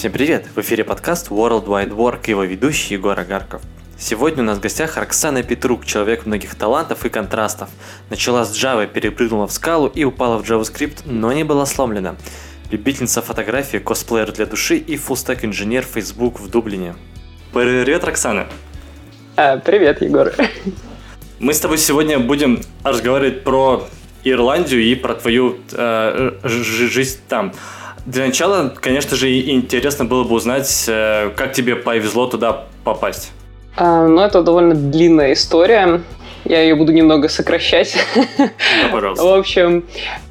Всем привет! В эфире подкаст World Wide Work и его ведущий Егор Агарков. Сегодня у нас в гостях Роксана Петрук, человек многих талантов и контрастов. Начала с Java, перепрыгнула в Scala и упала в JavaScript, но не была сломлена. Любительница фотографии, косплеер для души и фуллстек-инженер Facebook в Дублине. Привет, Роксана! Привет, Егор! Мы с тобой сегодня будем разговаривать про Ирландию и про твою жизнь там. Для начала, конечно же, интересно было бы узнать, как тебе повезло туда попасть. Это довольно длинная история. Я ее буду немного сокращать. Да, пожалуйста. В общем,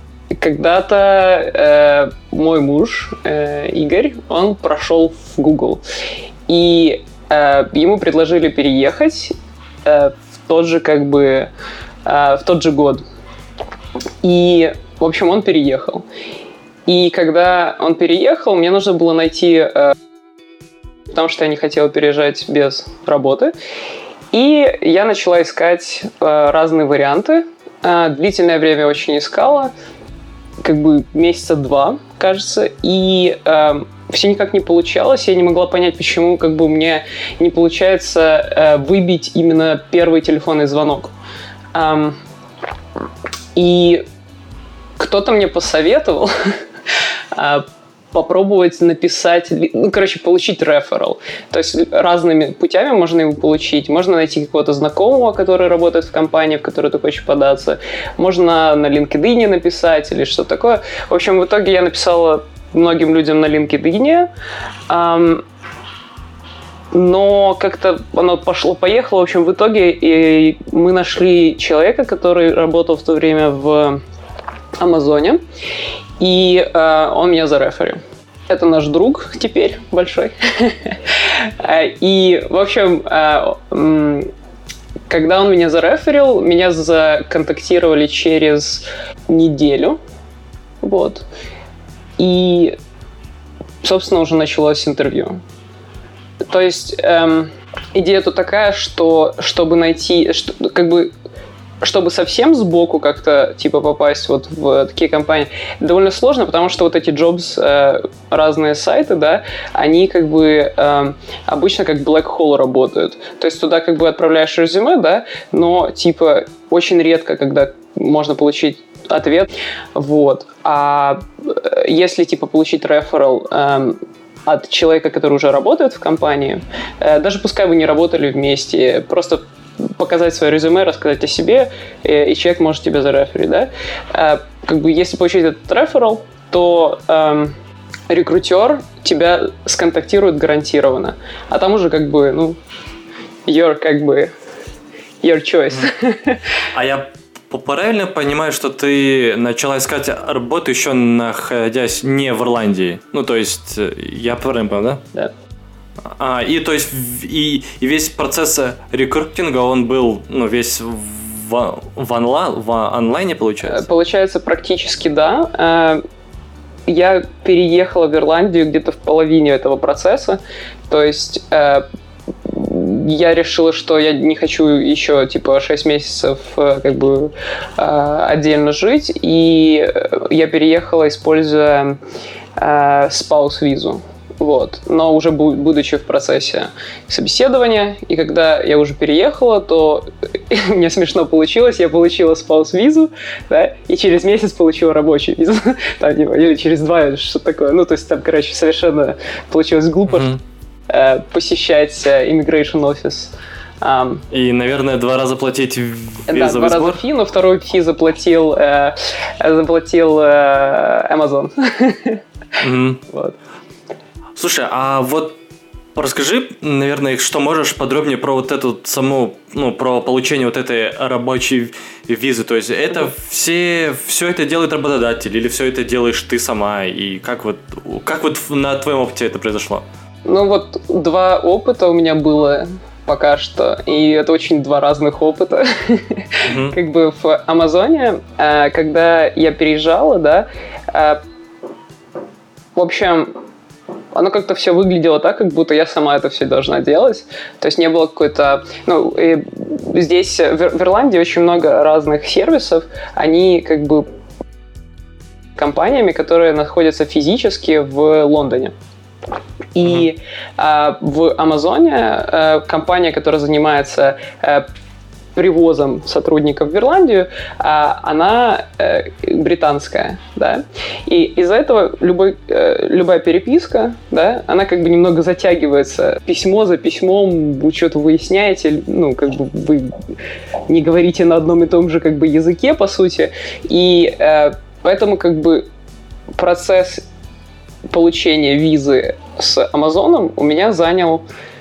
когда-то мой муж, Игорь, он прошел в Google. И ему предложили переехать в тот же год. И, в общем, он переехал. И когда он переехал, мне нужно было найти, потому что я не хотела переезжать без работы. И я начала искать разные варианты. Длительное время очень искала, месяца 2, кажется. И все никак не получалось. Я не могла понять, почему мне не получается выбить именно первый телефонный звонок. И кто-то мне посоветовал попробовать написать, получить реферал. То есть разными путями можно его получить. Можно найти какого-то знакомого, который работает в компании, в которую ты хочешь податься. Можно на LinkedIn написать или что-то такое. В общем, в итоге я написала многим людям на LinkedIn, но как-то оно пошло-поехало. В общем, в итоге мы нашли человека, который работал в то время в Амазоне, и он меня зареферил. Это наш друг теперь большой. И, в общем, когда он меня зареферил, меня законтактировали через неделю. Вот. И, собственно, уже началось интервью. То есть идея тут такая, что чтобы найти, чтобы совсем сбоку как-то попасть вот в такие компании, довольно сложно, потому что вот эти jobs, разные сайты, да, они обычно как black hole работают. То есть туда отправляешь резюме, да, но очень редко, когда можно получить ответ. Вот. А если получить реферал от человека, который уже работает в компании, даже пускай вы не работали вместе, просто показать свое резюме, рассказать о себе, и человек может тебя зареферить, да? Если получить этот реферал, то рекрутер тебя сконтактирует гарантированно. А там уже your choice. А я правильно понимаю, что ты начала искать работу еще находясь не в Ирландии? То есть, я правильно понял, да? Да. И то есть и весь процесс рекрутинга, он был весь в онлайне, получается? Получается, практически да. Я переехала в Ирландию где-то в половине этого процесса. То есть я решила, что я не хочу еще 6 месяцев отдельно жить. И я переехала, используя спаус-визу. Вот. Но уже будучи в процессе собеседования, и когда я уже переехала, то мне смешно получилось, я получила спаус-визу, да, и через месяц получила рабочую визу, или через 2, или что-то такое. То есть там, совершенно получилось глупо посещать immigration office. И, наверное, 2 раза платить визовый сбор? Да, 2 раза фи, но второй фи заплатил Amazon. Вот. Слушай, а вот расскажи, наверное, что можешь подробнее про вот эту саму, про получение вот этой рабочей визы. То есть это все это делает работодатель или все это делаешь ты сама? И как вот на твоем опыте это произошло? 2 опыта у меня было пока что, и это очень 2 разных опыта. В Амазоне, когда я переезжала, да, в общем, оно как-то все выглядело так, как будто я сама это все должна делать. То есть не было какой-то... здесь, в Ирландии, очень много разных сервисов. Они компаниями, которые находятся физически в Лондоне. И в Амазоне компания, которая занимается привозом сотрудников в Ирландию, она британская, да, и из-за этого любая переписка, да, она как бы немного затягивается, письмо за письмом, вы что-то выясняете, ну, как бы вы не говорите на одном и том же как бы языке, по сути, и поэтому как бы процесс получения визы с Амазоном у меня занял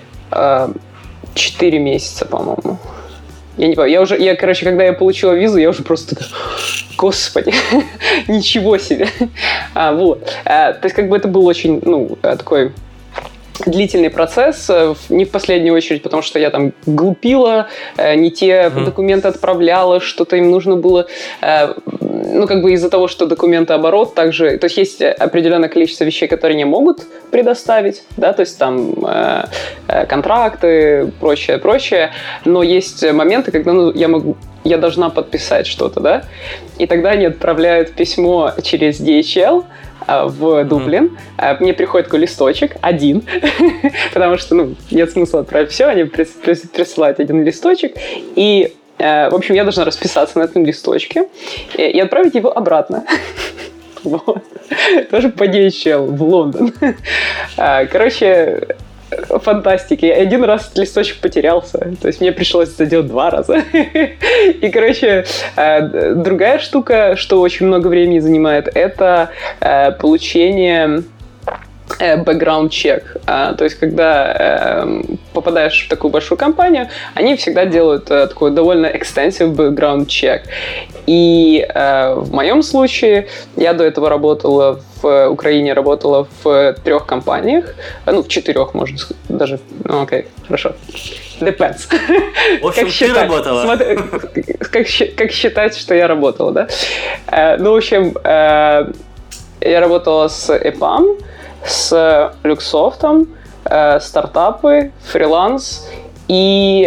4 месяца, по-моему. Я не помню. Короче, когда я получила визу, я уже просто такая, господи, ничего себе. Вот. То есть, как бы это был очень, такой длительный процесс, не в последнюю очередь, потому что я там глупила, не те документы отправляла, что-то им нужно было, как бы из-за того, что документооборот также, то есть есть определенное количество вещей, которые не могут предоставить, да, то есть там контракты, прочее, но есть моменты, когда я должна подписать что-то, да, и тогда они отправляют письмо через DHL в Дублин. Мне приходит такой листочек, один, потому что, нет смысла отправить все, они присылают один листочек, и, в общем, я должна расписаться на этом листочке и отправить его обратно. Вот. Тоже по DHL в Лондон. Короче, фантастики. Один раз листочек потерялся, то есть мне пришлось это делать 2 раза. И, короче, другая штука, что очень много времени занимает, это получение background check. То есть, когда попадаешь в такую большую компанию, они всегда делают такой довольно extensive background check. И в моем случае я до этого работала в Украине, работала в 3 компаниях, в 4, можно сказать, даже, окей, хорошо. Depends. В общем, ты работала. Смотри, как считать, что я работала, да? В общем, я работала с EPAM, с Люксофтом, стартапы, фриланс и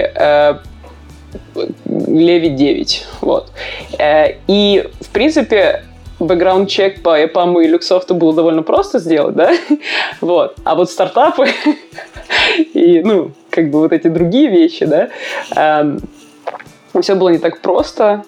Леви 9. Вот. И, в принципе, бэкграунд-чек по EPAM и Люксофту было довольно просто сделать, да? Вот. А вот стартапы и, как бы вот эти другие вещи, да, все было не так просто.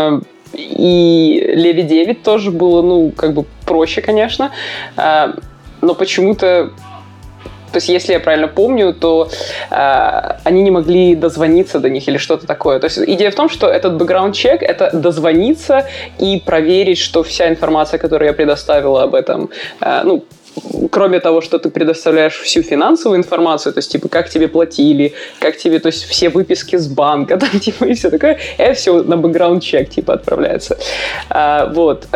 И Леви 9 тоже было, как бы проще, конечно. Но почему-то, то есть если я правильно помню, то они не могли дозвониться до них или что-то такое. То есть идея в том, что этот бэкграунд-чек — это дозвониться и проверить, что вся информация, которую я предоставила об этом, кроме того, что ты предоставляешь всю финансовую информацию, то есть, типа, как тебе платили, как тебе, то есть, все выписки с банка, там, типа, и все такое, это все на бэкграунд-чек, типа, отправляется. Вот.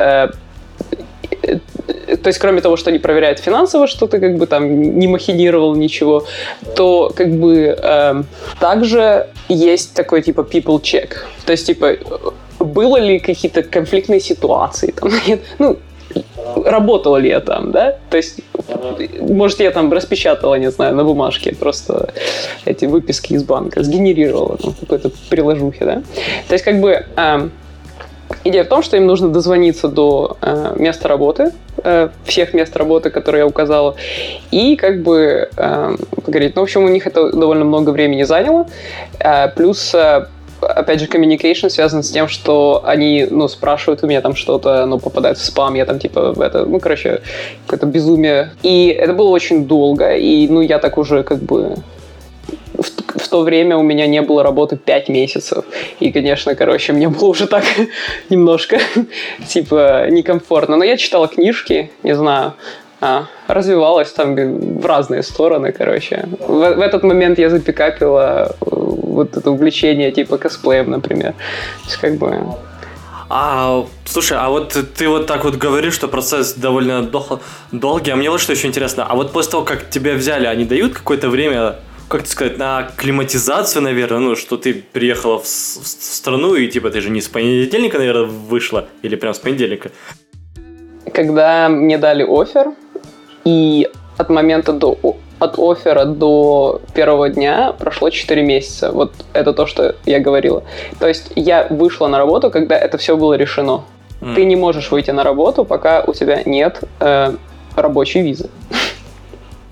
То есть, кроме того, что они проверяют финансово, что ты как бы там не махинировал ничего, то как бы также есть такой типа people check. То есть, типа, было ли какие-то конфликтные ситуации, там, работала ли я там, да? То есть, может, я там распечатала, не знаю, на бумажке просто эти выписки из банка, сгенерировала там какой-то приложухи, да? То есть, как бы идея в том, что им нужно дозвониться до места работы, всех мест работы, которые я указала, и как бы поговорить. В общем, у них это довольно много времени заняло. Плюс, опять же, communication связан с тем, что они, спрашивают у меня там что-то, попадает в спам, я там типа какое-то безумие. И это было очень долго, и, я так уже как бы... В то время у меня не было работы 5 месяцев. И, конечно, мне было уже так немножко, типа, некомфортно. Но я читала книжки, не знаю, развивалась там в разные стороны, В этот момент я запикапила вот это увлечение, типа, косплеем, например. То есть, как бы... Слушай, а вот ты вот так вот говоришь, что процесс довольно долгий, а мне вот что еще интересно. А вот после того, как тебя взяли, они дают какое-то время... Как сказать, на акклиматизацию, наверное, что ты приехала в страну, и типа ты же не с понедельника, наверное, вышла, или прям с понедельника? Когда мне дали оффер, и от оффера до первого дня прошло 4 месяца. Вот это то, что я говорила. То есть я вышла на работу, когда это все было решено. Ты не можешь выйти на работу, пока у тебя нет рабочей визы.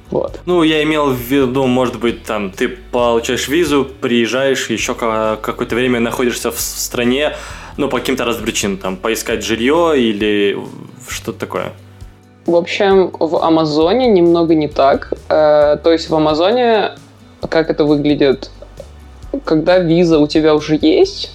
Вот. Ну, я имел в виду, может быть, там, ты получаешь визу, приезжаешь, еще какое-то время находишься в стране, ну, по каким-то разным причинам, там, поискать жилье или что-то такое. В общем, в Амазоне немного не так. То есть в Амазоне, как это выглядит, когда виза у тебя уже есть,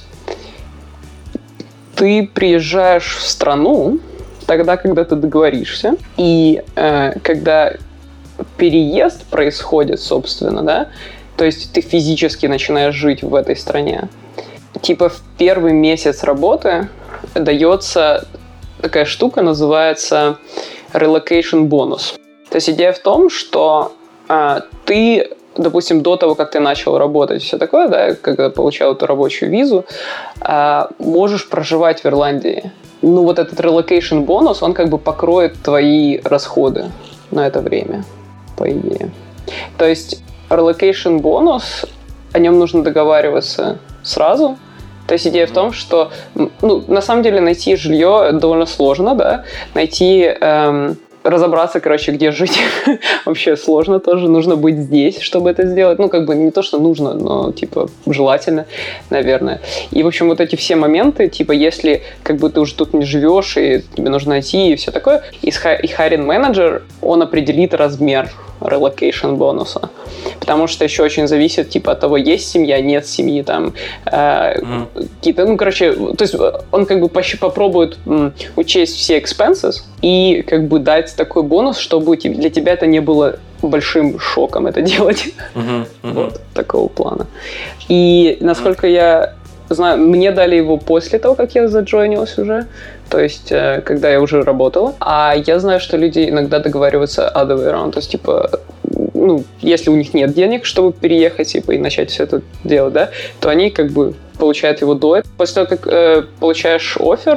ты приезжаешь в страну тогда, когда ты договоришься, и когда переезд происходит, собственно, да, то есть ты физически начинаешь жить в этой стране. Типа в первый месяц работы дается такая штука, называется relocation bonus. То есть идея в том, что ты, допустим, до того, как ты начал работать, все такое, да, когда получал эту рабочую визу, можешь проживать в Ирландии. Ну вот этот relocation bonus, он как бы покроет твои расходы на это время, по идее. То есть relocation bonus, о нем нужно договариваться сразу. То есть идея в том, что, ну, на самом деле найти жилье довольно сложно, да, найти, разобраться, короче, где жить вообще сложно тоже, нужно быть здесь, чтобы это сделать, ну, как бы не то, что нужно, но, типа, желательно, наверное. И, в общем, вот эти все моменты, типа, если, как бы, ты уже тут не живешь, и тебе нужно найти, и все такое, и hiring manager, он определит размер relocation бонуса. Потому что еще очень зависит, типа, от того, есть семья, нет семьи, там, какие-то, ну, короче, то есть он как бы попробует учесть все expenses и как бы дать такой бонус, чтобы для тебя это не было большим шоком это делать. Вот, такого плана. И, насколько я знаю, мне дали его после того, как я заджойнилась уже, то есть, когда я уже работала. А я знаю, что люди иногда договариваются other way around, то есть, типа, ну, если у них нет денег, чтобы переехать, типа, и начать все это делать, да, то они, как бы, получают его до этого. После того, как получаешь оффер,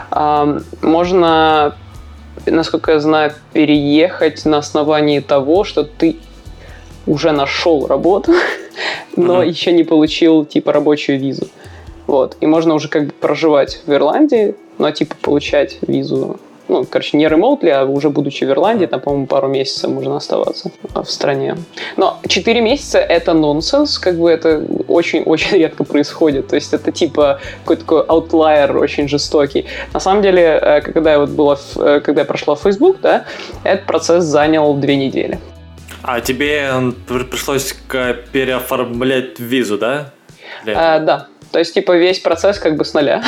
можно, насколько я знаю, переехать на основании того, что ты уже нашел работу, но еще не получил, типа, рабочую визу. Вот. И можно уже как бы проживать в Ирландии, но типа получать визу, ну, короче, не ремоутли, а уже будучи в Ирландии, там, по-моему, пару месяцев можно оставаться в стране. Но 4 месяца — это нонсенс, как бы это очень-очень редко происходит. То есть это типа какой-то такой аутлайер очень жестокий. На самом деле, когда я прошла в Facebook, да, этот процесс занял 2 недели. А тебе пришлось переоформлять визу, да? Да. То есть, типа, весь процесс как бы с нуля.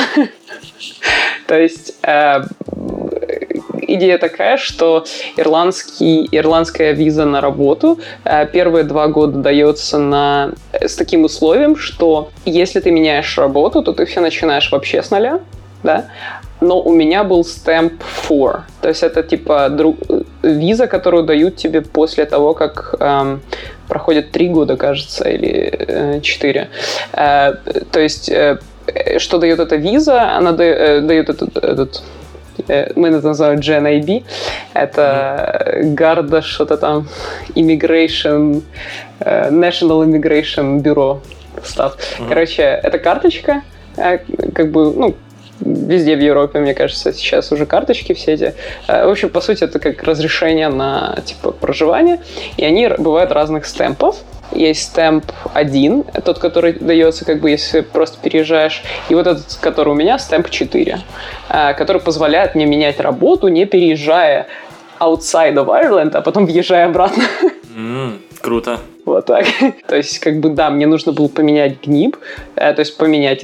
То есть, идея такая, что ирландская виза на работу первые 2 года дается с таким условием, что если ты меняешь работу, то ты все начинаешь вообще с нуля, да? Но у меня был stamp 4. То есть это типа виза, которую дают тебе после того, как проходит 3 года, кажется, или 4. То есть что дает эта виза? Она дает этот мы это называем GNIB. Это Гарда что-то там Immigration National Immigration Bureau Stuff. Короче, это карточка, как бы, ну, везде в Европе, мне кажется, сейчас уже карточки все эти. В общем, по сути, это как разрешение на, типа, проживание. И они бывают разных стемпов. Есть стемп 1, тот, который дается, как бы, если просто переезжаешь. И вот этот, который у меня, стемп 4, который позволяет мне менять работу, не переезжая outside of Ireland, а потом въезжая обратно. Круто. Вот так. То есть, как бы, да, мне нужно было поменять ГНИБ, то есть поменять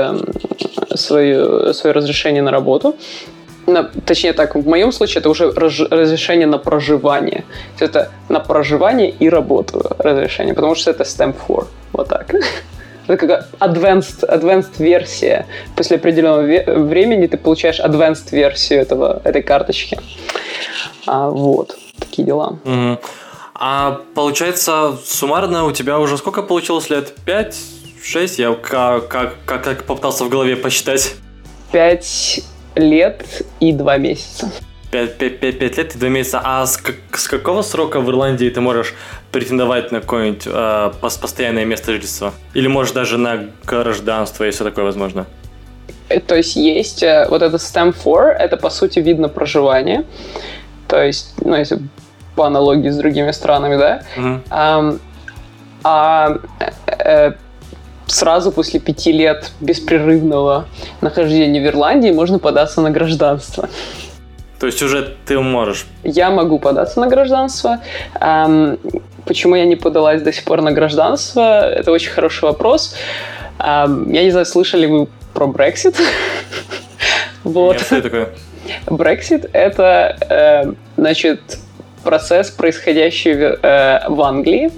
свое разрешение на работу. Точнее так, в моем случае это уже разрешение на проживание. Это на проживание и работу разрешение, потому что это stamp 4. Вот так. Это как advanced версия. После определенного времени ты получаешь advanced версию этой карточки. Вот. Такие дела. А получается, суммарно у тебя уже сколько получилось лет? 5? 6? Я как попытался в голове посчитать. 5 лет и 2 месяца. 5 лет и 2 месяца. А с какого срока в Ирландии ты можешь претендовать на какое-нибудь постоянное место жительства? Или, может, даже на гражданство, если такое возможно? То есть вот этот Stamp 4, это, по сути, вид на проживание. То есть, ну, если по аналогии с другими странами, да? Сразу после 5 лет беспрерывного нахождения в Ирландии можно податься на гражданство. То есть уже ты можешь? Я могу податься на гражданство. Почему я не подалась до сих пор на гражданство? Это очень хороший вопрос. Я не знаю, слышали вы про Brexit? Вот. Нет, что это такое? Brexit — это, значит, процесс, происходящий в Англии,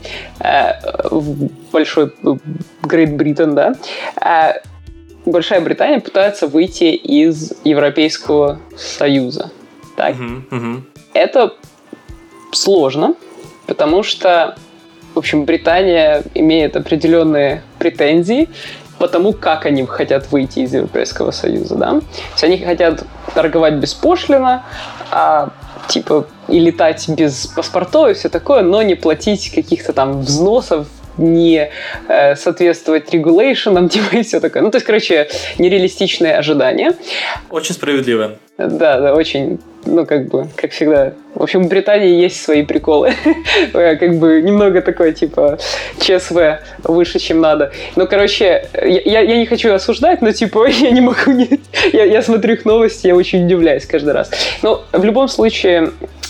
в большой Great Britain, да. Большая Британия пытается выйти из Европейского Союза. Так? Это сложно, потому что, в общем, Британия имеет определенные претензии по тому, как они хотят выйти из Европейского Союза, да. То есть они хотят торговать беспошлино, типа и летать без паспортов и все такое, но не платить каких-то там взносов, не соответствовать регулейшенам, типа и все такое. Ну, то есть, короче, нереалистичные ожидания. Очень справедливо. Да, очень, ну, как бы, как всегда. В общем, в Британии есть свои приколы. Как бы немного такой, типа, ЧСВ выше, чем надо. Ну, короче, я не хочу осуждать, но, типа, я не могу не... Я смотрю их новости, я очень удивляюсь каждый раз. Но в любом случае,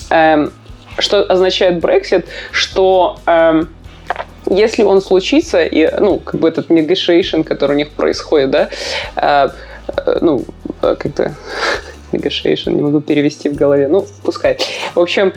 что означает Brexit, что... Если он случится, и, ну, как бы этот negotiation, который у них происходит, да, ну, как-то negotiation, не могу перевести в голове, ну, пускай. В общем,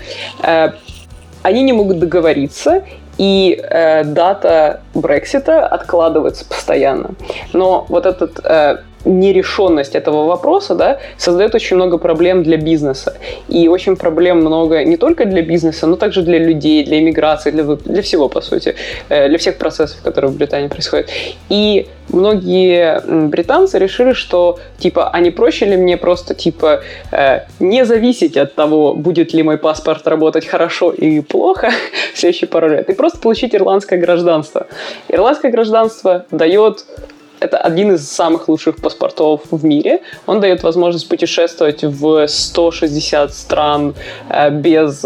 они не могут договориться, и дата Брексита откладывается постоянно. Но вот этот... нерешенность этого вопроса, да, создает очень много проблем для бизнеса. И очень проблем много не только для бизнеса, но также для людей, для иммиграции, для всего, по сути, для всех процессов, которые в Британии происходят. И многие британцы решили, что, типа, а не проще ли мне просто, типа, не зависеть от того, будет ли мой паспорт работать хорошо и плохо в следующие пару лет, и просто получить ирландское гражданство. Ирландское гражданство дает... Это один из самых лучших паспортов в мире. Он дает возможность путешествовать в 160 стран без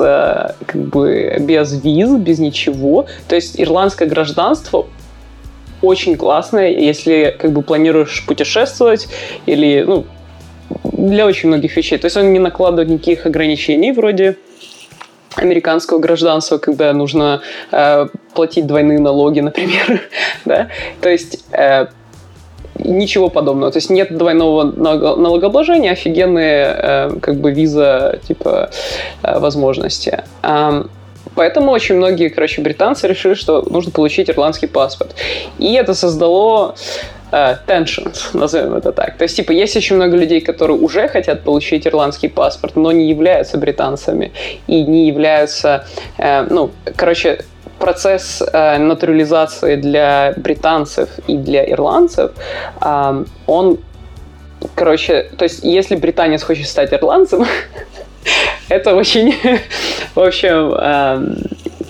виз, без ничего. То есть ирландское гражданство очень классное, если как бы планируешь путешествовать или, ну, для очень многих вещей. То есть он не накладывает никаких ограничений вроде американского гражданства, когда нужно платить двойные налоги, например. Да? То есть ничего подобного. То есть нет двойного налогообложения, офигенные как бы виза типа возможности. Поэтому очень многие, короче, британцы решили, что нужно получить ирландский паспорт. И это создало tensions, назовем это так. То есть, типа, есть очень много людей, которые уже хотят получить ирландский паспорт, но не являются британцами и не являются, ну, короче, процесс натурализации для британцев и для ирландцев, он, короче, то есть если британец хочет стать ирландцем, это очень, в общем,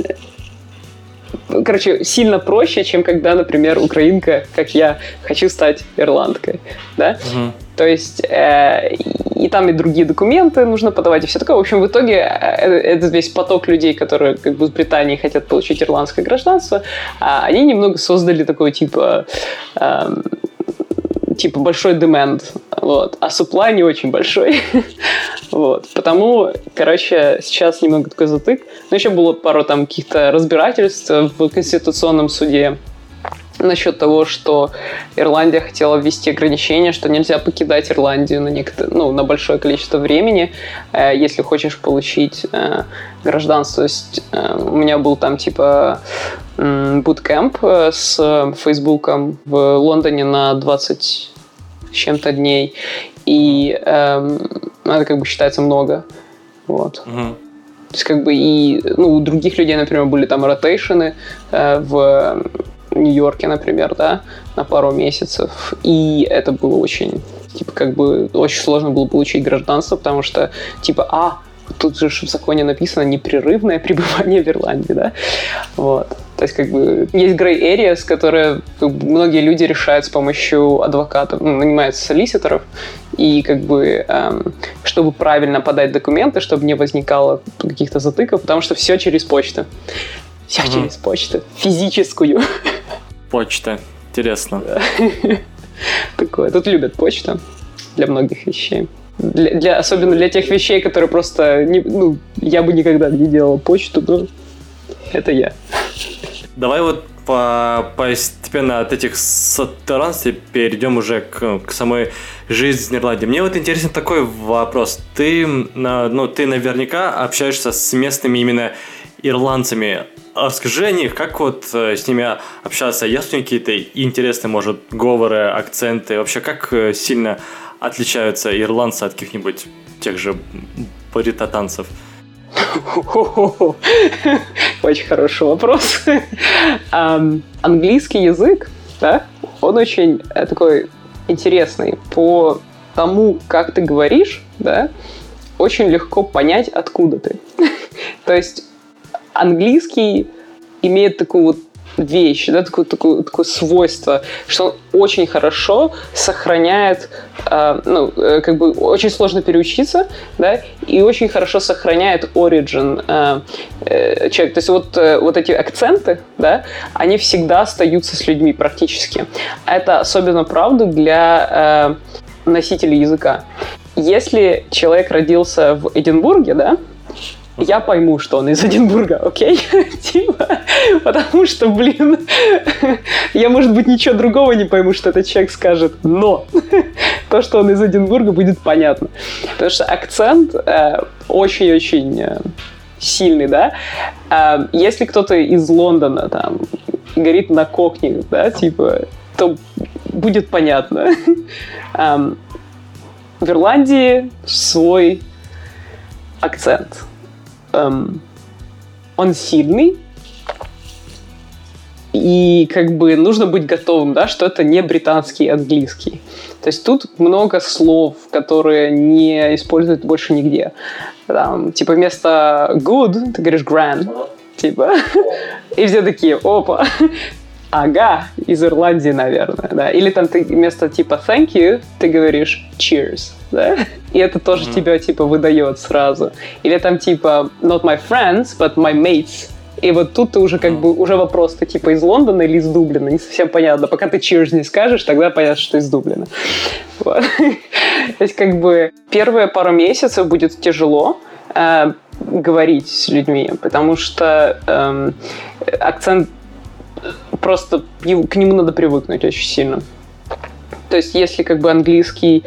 короче, сильно проще, чем когда, например, украинка, как я, хочу стать ирландкой, да? То есть и там и другие документы нужно подавать, и все такое. В общем, в итоге это весь поток людей, которые как бы в Британии хотят получить ирландское гражданство, они немного создали такой типа большой demand, вот, а supply не очень большой. Вот. Потому, короче, сейчас немного такой затык. Но еще было пару там каких-то разбирательств в Конституционном суде насчет того, что Ирландия хотела ввести ограничение, что нельзя покидать Ирландию на большое количество времени, если хочешь получить гражданство. То есть у меня был там типа буткэмп с Фейсбуком в Лондоне на 20 с чем-то дней, и это как бы считается много. Вот. То есть как бы и у других людей, например, были там ротейшены в Нью-Йорке, например, да, на пару месяцев, и это было очень, типа, как бы очень сложно было получить гражданство, потому что, типа, тут же в законе написано непрерывное пребывание в Ирландии, да, вот. То есть, как бы, есть gray areas, которые как бы, многие люди решают с помощью адвокатов, нанимаются солиситоров, и как бы, чтобы правильно подать документы, чтобы не возникало каких-то затыков, потому что все через почту. Все через почту. Физическую. Почта. Интересно. Такое. Тут любят почту для многих вещей. Особенно для тех вещей, которые просто... я бы никогда не делал почту, но это я. Давай вот постепенно от этих странствий перейдем уже к самой жизни в Ирландии. Мне вот интересен такой вопрос. Ты наверняка общаешься с местными именно ирландцами. Расскажи о них, как вот с ними общаться? Есть ли какие-то интересные, может, говоры, акценты? Вообще, как сильно отличаются ирландцы от каких-нибудь тех же британцев? Очень хороший вопрос. Английский язык, да, он очень такой интересный. По тому, как ты говоришь, да, очень легко понять, откуда ты. То есть английский имеет такую вот вещь, да, такое свойство, что он очень хорошо сохраняет, как бы очень сложно переучиться, да, и очень хорошо сохраняет origin человека. То есть вот эти акценты, да, они всегда остаются с людьми практически. Это особенно правда для носителей языка. Если человек родился в Эдинбурге, да, я пойму, что он из Эдинбурга, окей? Типа, потому что, я, может быть, ничего другого не пойму, что этот человек скажет, но то, что он из Эдинбурга, будет понятно. Потому что акцент очень-очень сильный, да? Если кто-то из Лондона там говорит на кокни, да, типа, то будет понятно. В Ирландии свой акцент. Он сильный, и как бы нужно быть готовым, да, что это не британский английский. То есть тут много слов, которые не используют больше нигде. Там, типа вместо good ты говоришь grand, типа, и все такие, опа, ага, из Ирландии, наверное, да. Или там ты вместо типа thank you ты говоришь cheers, да. И это тоже тебя типа выдает сразу. Или там типа not my friends, but my mates. И вот тут ты уже как бы уже вопрос, ты типа из Лондона или из Дублина, не совсем понятно. Пока ты cheers не скажешь, тогда понятно, что ты из Дублина. Вот. То есть как бы первые пару месяцев будет тяжело говорить с людьми, потому что акцент просто к нему надо привыкнуть очень сильно. То есть если как бы английский,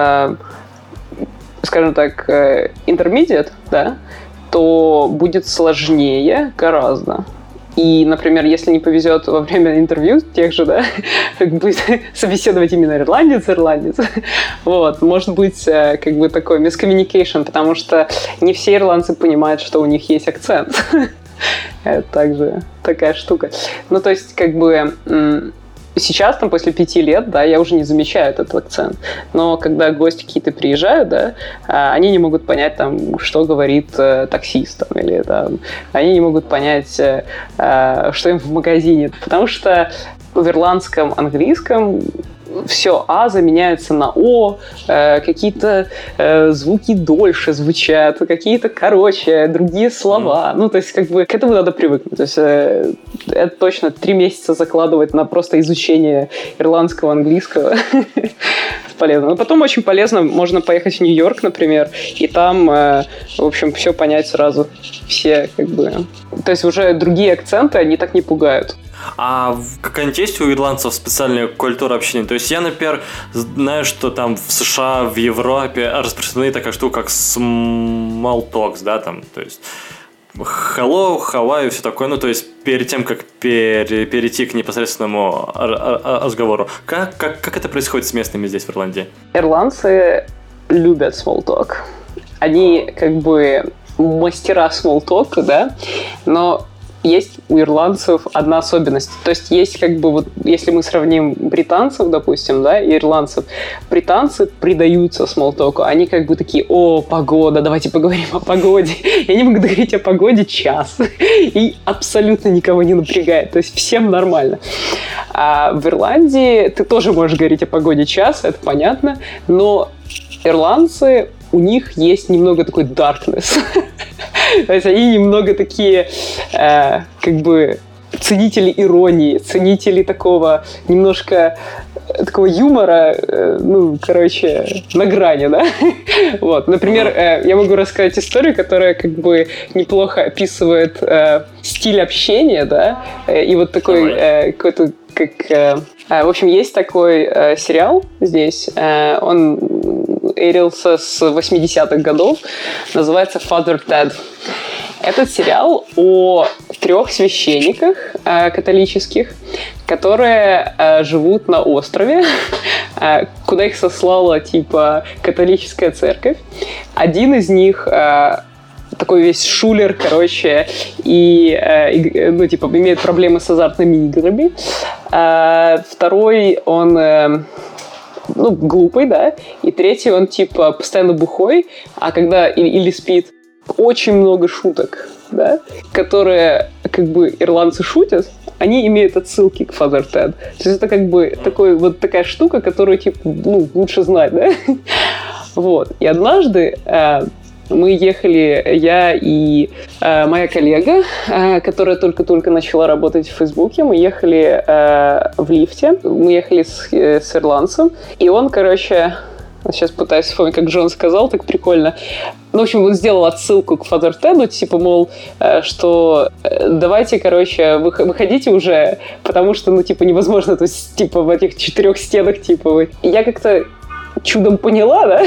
скажем так, intermediate, да, то будет сложнее гораздо. И, например, если не повезет во время интервью тех же, да, будет собеседовать именно ирландец, вот, может быть, как бы такой miscommunication, потому что не все ирландцы понимают, что у них есть акцент. Это также такая штука. Ну, то есть, как бы, сейчас, там, после 5 лет, да, я уже не замечаю этот акцент. Но когда гости какие-то приезжают, да, они не могут понять, там, что говорит таксист, там, или там, они не могут понять, что им в магазине. Потому что в ирландском английском все «а» заменяется на «о», какие-то звуки дольше звучат, какие-то короче, другие слова. Ну, то есть, как бы, к этому надо привыкнуть. То есть, это точно 3 месяца закладывать на просто изучение ирландского, английского. Полезно. Но потом очень полезно, можно поехать в Нью-Йорк, например, и там, в общем, все понять сразу. Все, как бы... То есть, уже другие акценты, они так не пугают. А какая-нибудь есть у ирландцев специальная культура общения? То есть я, например, знаю, что там в США, в Европе распространена такая штука, как small talks, да, там, то есть hello, how are you, все такое, ну, то есть перед тем, как перейти к непосредственному разговору. Как это происходит с местными здесь, в Ирландии? Ирландцы любят small talk. Они, как бы, мастера small talk, да, но есть у ирландцев одна особенность. То есть есть как бы вот, если мы сравним британцев, допустим, да, и ирландцев, британцы предаются смолтоку. Они как бы такие: о, погода, давайте поговорим о погоде. И они могут говорить о погоде час. И абсолютно никого не напрягает. То есть всем нормально. А в Ирландии ты тоже можешь говорить о погоде час, это понятно, но ирландцы, у них есть немного такой darkness. То есть они немного такие, как бы, ценители иронии, ценители такого немножко такого юмора, ну, короче, на грани, да? Вот, например, я могу рассказать историю, которая как бы неплохо описывает стиль общения, да, и вот такой какой-то, как... В общем, есть такой сериал здесь, он эрился с 80-х годов, называется Father Ted. Этот сериал о 3 священниках католических, которые живут на острове, куда их сослала, типа, католическая церковь. Один из них такой весь шулер, короче, и ну, типа, имеет проблемы с азартными играми. Второй, он... ну, глупый, да, и третий, он, типа, постоянно бухой, а когда или спит, очень много шуток, да, которые, как бы, ирландцы шутят, они имеют отсылки к Father Ted. То есть это, как бы, вот такая штука, которую, типа, ну, лучше знать, да. Вот. И однажды мы ехали, я и моя коллега, которая только-только начала работать в Фейсбуке, мы ехали в лифте, мы ехали с ирландцем, и он, короче, сейчас пытаюсь вспомнить, как Джон сказал, так прикольно. Ну, в общем, он сделал отсылку к Father Ted, типа, мол, что давайте, короче, выходите уже, потому что, ну, типа, невозможно, то есть, типа, в этих 4 стенах, типа, вы. И я как-то чудом поняла, да?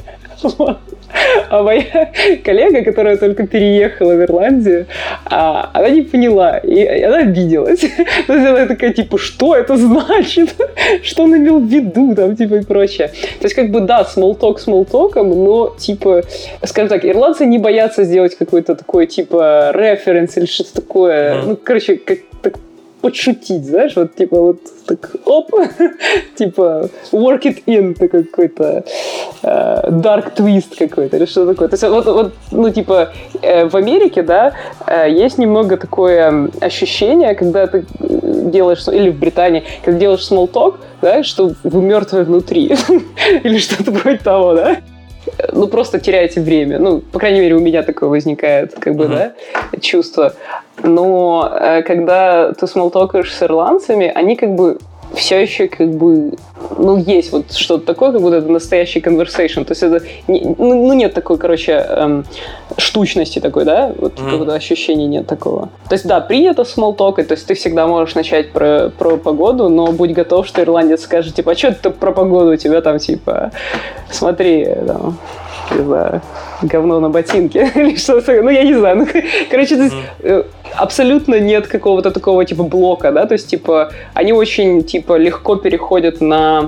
А моя коллега, которая только переехала в Ирландию, она не поняла, и она обиделась. То есть она такая, типа, что это значит? Что он имел в виду, там, типа, и прочее. То есть, как бы, да, смолток смолтоком, но, типа, скажем так, ирландцы не боятся сделать какой-то такой, типа, референс или что-то такое. Ну, короче, как так подшутить, знаешь, вот, типа, вот так, оп, типа, work it in, такой какой-то dark twist какой-то, или что такое. То есть, вот, ну, типа, в Америке, да, есть немного такое ощущение, когда ты делаешь, или в Британии, когда делаешь small talk, да, что вы мертвые внутри, или что-то вроде того, да. Ну, просто теряете время. Ну, по крайней мере, у меня такое возникает, как бы, да, чувство. Но когда ты смолтокаешь с ирландцами, они как бы все еще как бы, ну, есть вот что-то такое, как будто это настоящий conversation. То есть это, ну, нет такой, короче, штучности такой, да, вот какого-то ощущения нет такого. То есть, да, принято смолтокать, то есть ты всегда можешь начать про погоду, но будь готов, что ирландец скажет, типа, а что ты про погоду, у тебя там, типа, смотри, там, не знаю, говно на ботинке или что-то, ну, я не знаю, ну, короче, то есть, абсолютно нет какого-то такого, типа, блока, да, то есть, типа, они очень, типа, легко переходят на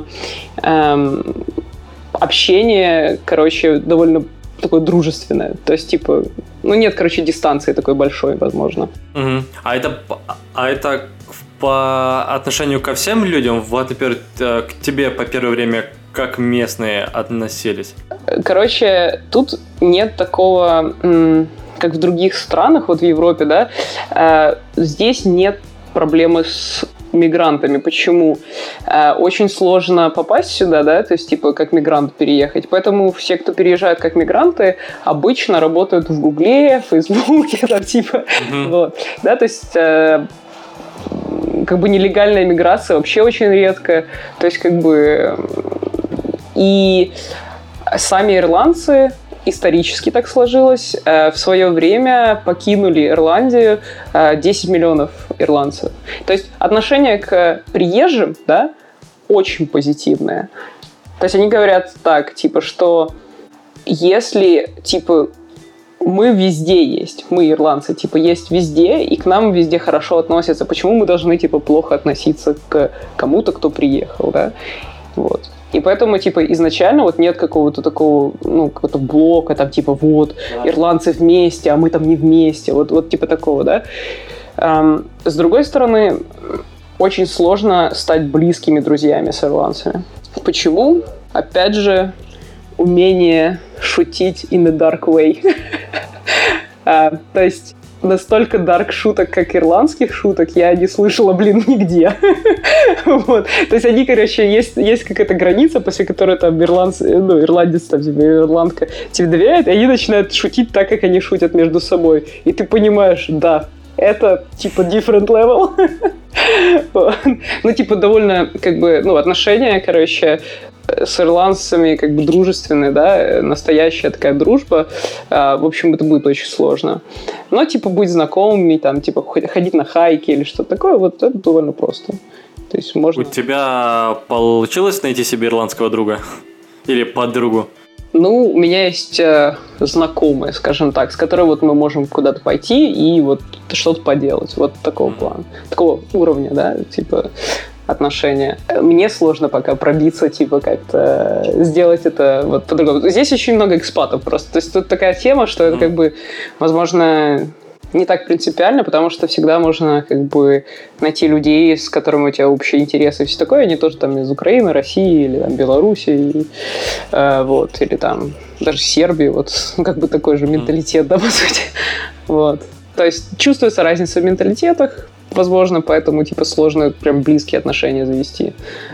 общение, короче, довольно такое дружественное, то есть, типа, ну, нет, короче, дистанции такой большой, возможно. А это по отношению ко всем людям, вот, например, к тебе по первое время как местные относились? Короче, тут нет такого, как в других странах, вот в Европе, да, здесь нет проблемы с мигрантами. Почему? Очень сложно попасть сюда, да, то есть, типа, как мигрант переехать. Поэтому все, кто переезжают как мигранты, обычно работают в Гугле, в Фейсбуке, там, типа, вот, да, то есть, как бы нелегальная миграция вообще очень редко, то есть, как бы, и сами ирландцы, исторически так сложилось, в свое время покинули Ирландию 10 миллионов ирландцев. То есть отношение к приезжим, да, очень позитивное. То есть они говорят так, типа, что если, типа, мы везде есть, мы, ирландцы, типа, есть везде, и к нам везде хорошо относятся, почему мы должны, типа, плохо относиться к кому-то, кто приехал, да, вот. И поэтому, типа, изначально вот нет какого-то такого, ну, какого-то блока, там, типа, вот, ирландцы вместе, а мы там не вместе, вот типа такого, да. С другой стороны, очень сложно стать близкими друзьями с ирландцами. Почему? Опять же, умение шутить in a dark way. То есть настолько дарк шуток, как ирландских шуток, я не слышала, нигде. Вот. То есть они, есть какая-то граница, после которой там ирландец, там, ирландка тебе доверяет, и они начинают шутить так, как они шутят между собой. И ты понимаешь, да, это different level. Довольно, отношения, с ирландцами дружественные, да, настоящая такая дружба. В общем, это будет очень сложно. Но, быть знакомыми, там, ходить на хайки или что-то такое, вот это довольно просто. То есть можно... У тебя получилось найти себе ирландского друга? Или подругу? У меня есть знакомые, скажем так, с которой мы можем куда-то пойти и что-то поделать. Вот такого плана. Такого уровня, да, отношения. Мне сложно пока пробиться, как-то сделать это по-другому. Здесь очень много экспатов просто. То есть тут такая тема, что это возможно, не так принципиально, потому что всегда можно найти людей, с которыми у тебя общие интересы и все такое. Они тоже там из Украины, России или там Беларуси, или там даже Сербии. Такой же менталитет, да, по сути. То есть чувствуется разница в менталитетах, возможно, поэтому сложно прям близкие отношения завести.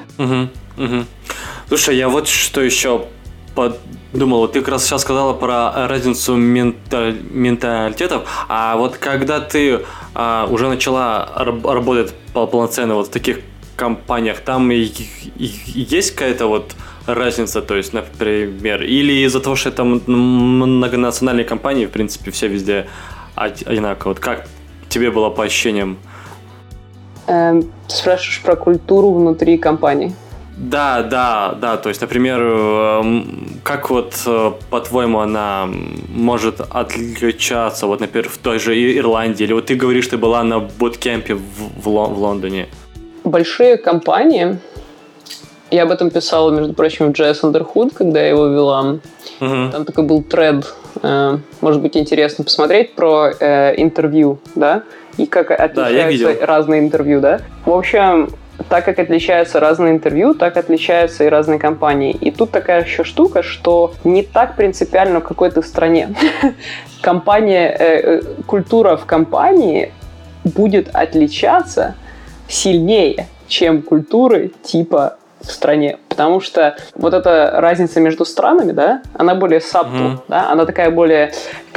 Слушай, я вот что еще подумал. Ты как раз сейчас сказала про разницу менталитетов, а вот когда ты уже начала работать полноценно в таких компаниях, там есть какая-то разница, то есть, например, или из-за того, что это многонациональные компании, в принципе, все везде одинаково. Как тебе было по ощущениям? Ты спрашиваешь про культуру внутри компании? Да, то есть, например, как по-твоему, она может отличаться, например, в той же Ирландии, или ты говоришь, ты была на буткемпе в Лондоне? Большие компании, я об этом писала, между прочим, в JS Underhood, когда я его вела, там такой был тред, может быть, интересно посмотреть, про интервью, да, и как отличаются разные интервью, да. В общем, так как отличаются разные интервью, так отличаются и разные компании. И тут такая еще штука, что не так принципиально, в какой ты стране. Культура в компании будет отличаться сильнее, чем культуры в стране. Потому что эта разница между странами, да, она более subtle, да, она такая более,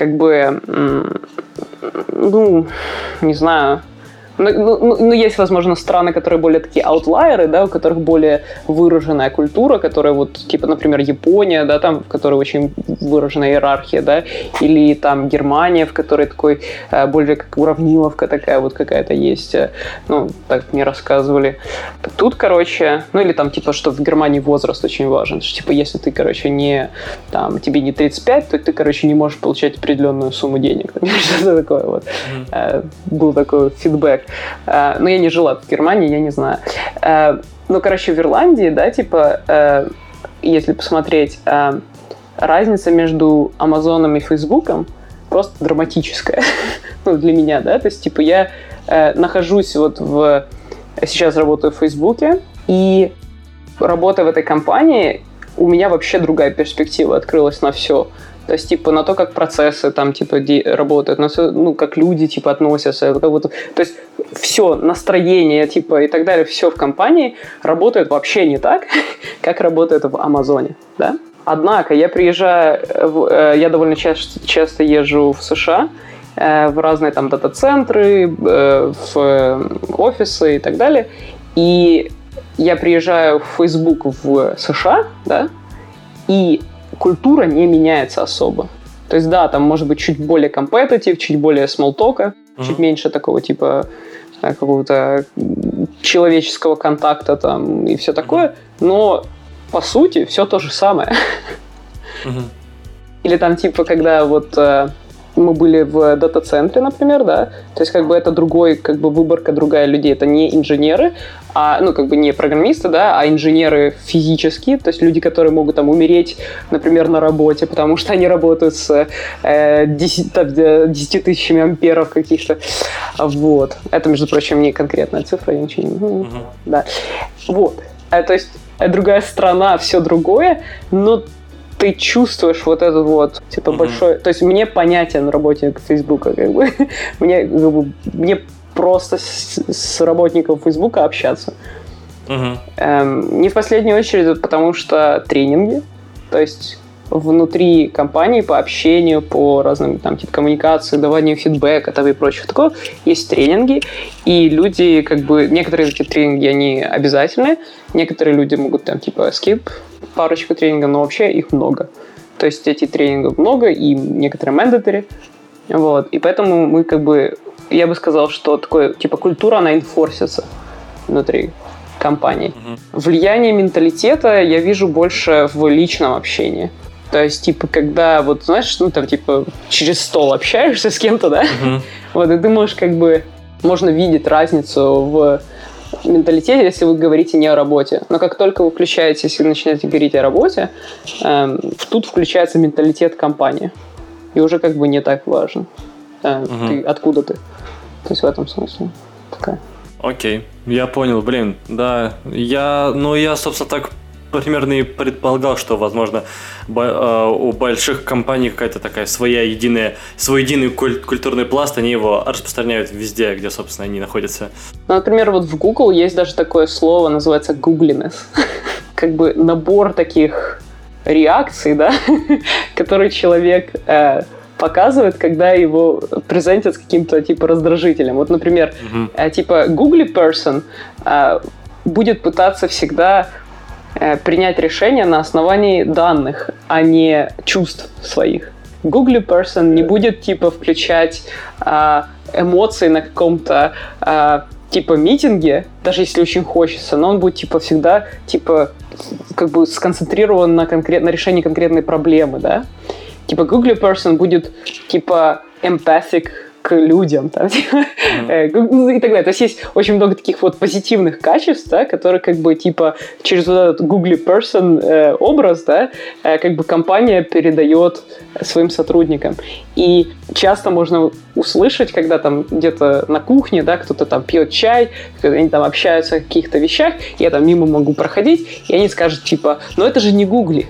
не знаю... есть, возможно, страны, которые более такие аутлайеры, да, у которых более выраженная культура, которая например, Япония, да, там, в которой очень выраженная иерархия, да, или там Германия, в которой такой более как уравниловка такая какая-то есть, так мне рассказывали. Тут, или там, что в Германии возраст очень важен, что, если ты, не, там, тебе не 35, то ты, не можешь получать определенную сумму денег, что-то такое, был такой фидбэк. Но я не жила в Германии, я не знаю. В Ирландии, да, если посмотреть, разница между Амазоном и Фейсбуком просто драматическая. Для меня, да. То есть, я нахожусь сейчас работаю в Фейсбуке, и работая в этой компании, у меня вообще другая перспектива открылась на все. То есть, на то, как процессы там, работают, на все, как люди, относятся. То есть, все, настроение, и так далее, все в компании работает вообще не так, как работает в Амазоне, да? Однако, я довольно часто езжу в США, в разные там дата-центры, в офисы и так далее, и я приезжаю в Facebook в США, да, и культура не меняется особо. То есть, да, там может быть чуть более компетитив, чуть более смолтока, чуть меньше такого какого-то человеческого контакта там и все такое, но по сути все то же самое. Или там когда мы были в дата-центре, например, да, то есть как бы это другой, как бы выборка другая людей, это не инженеры, ну, как бы не программисты, да, а инженеры физические, то есть люди, которые могут там умереть, например, на работе, потому что они работают с 10 тысячами амперов каких-то, вот. Это, между прочим, не конкретная цифра, я ничего не... Да. Вот. То есть другая страна, все другое, но ты чувствуешь вот этот вот, типа, большой... То есть мне понятен работник Фейсбука, как бы. Мне просто с работником Фейсбука общаться. Не в последнюю очередь, потому что тренинги, то есть внутри компании по общению, по разным там типа коммуникации, даванию фидбэка там, и прочего такого, есть тренинги, и люди, как бы, некоторые из этих тренинги, они обязательны, некоторые люди могут там типа skip парочку тренингов, но вообще их много. То есть этих тренингов много, и некоторые mandatory, вот, и поэтому мы как бы, я бы сказал, что такое, типа, культура, она инфорсится внутри компании. Влияние менталитета я вижу больше в личном общении. То есть, типа, когда, вот, знаешь, ну, там, типа, через стол общаешься с кем-то, да? Вот, и ты можешь, как бы, можно видеть разницу в менталитете, если вы говорите не о работе. Но как только вы включаетесь, если вы начинаете говорить о работе, тут включается менталитет компании. И уже, как бы, не так важно. Ты, откуда ты? То есть в этом смысле такая. Окей, я понял, блин, да. Я, собственно, так примерно и предполагал, что, возможно, у больших компаний какая-то такая свой единый культурный пласт, они его распространяют везде, где, собственно, они находятся. Ну, например, вот в Google есть даже такое слово, называется googliness. Как бы набор таких реакций, да, которые человек показывает, когда его презентят с каким-то типа раздражителем. Вот, например, типа googly person будет пытаться всегда принять решение на основании данных, а не чувств своих. Googly person не будет типа включать эмоции на каком-то типа митинге, даже если очень хочется, но он будет типа всегда типа как бы сконцентрирован на решении конкретной проблемы, да? Типа googly person будет типа empathic к людям, там, типа, и так далее. То есть есть очень много таких вот позитивных качеств, да, которые как бы типа через вот этот googly person образ, да, как бы компания передает своим сотрудникам. И часто можно услышать, когда там где-то на кухне, да, кто-то там пьет чай, когда они там общаются о каких-то вещах, я там мимо могу проходить, и они скажут типа, ну это же не гугли.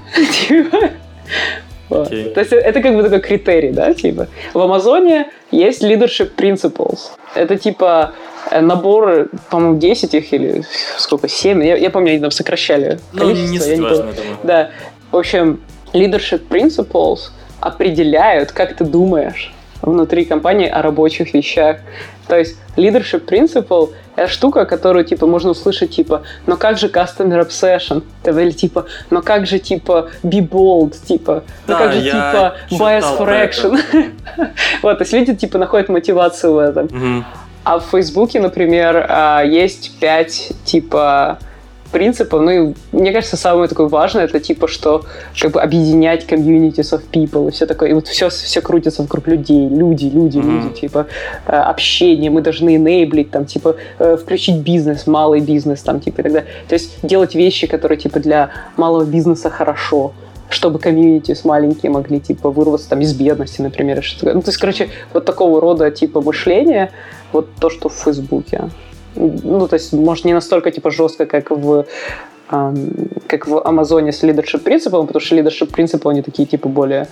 Okay. То есть это как бы такой критерий, да, типа. В Амазоне есть leadership principles. Это типа набор, по-моему, 10 их или сколько, 7. Я помню, они там сокращали количество. Не суть важно, думаю. Да. В общем, leadership principles определяют, как ты думаешь внутри компании о рабочих вещах. То есть leadership principle — это штука, которую, типа, можно услышать, типа, но как же customer obsession? Или, типа, но как же, типа, be bold? Типа, но как же, типа, bias for action? Вот, то есть люди, типа, находят мотивацию в этом. А в Фейсбуке, например, есть 5, типа, принципов. Ну, и мне кажется, самое такое важное, это, типа, что, как бы, объединять communities of people и все такое. И вот все крутится вокруг людей. Люди, типа, общение. Мы должны enable'ить, там, типа, включить бизнес, малый бизнес, там, типа, и так далее. То есть делать вещи, которые, типа, для малого бизнеса хорошо, чтобы комьюнитис маленькие могли, типа, вырваться, там, из бедности, например. Что-то. Ну, то есть, короче, вот такого рода, типа, мышление, вот то, что в Фейсбуке. Ну, то есть, может, не настолько, типа, жестко, как в Амазоне с leadership принципом, потому что leadership принципы, они такие, типа, более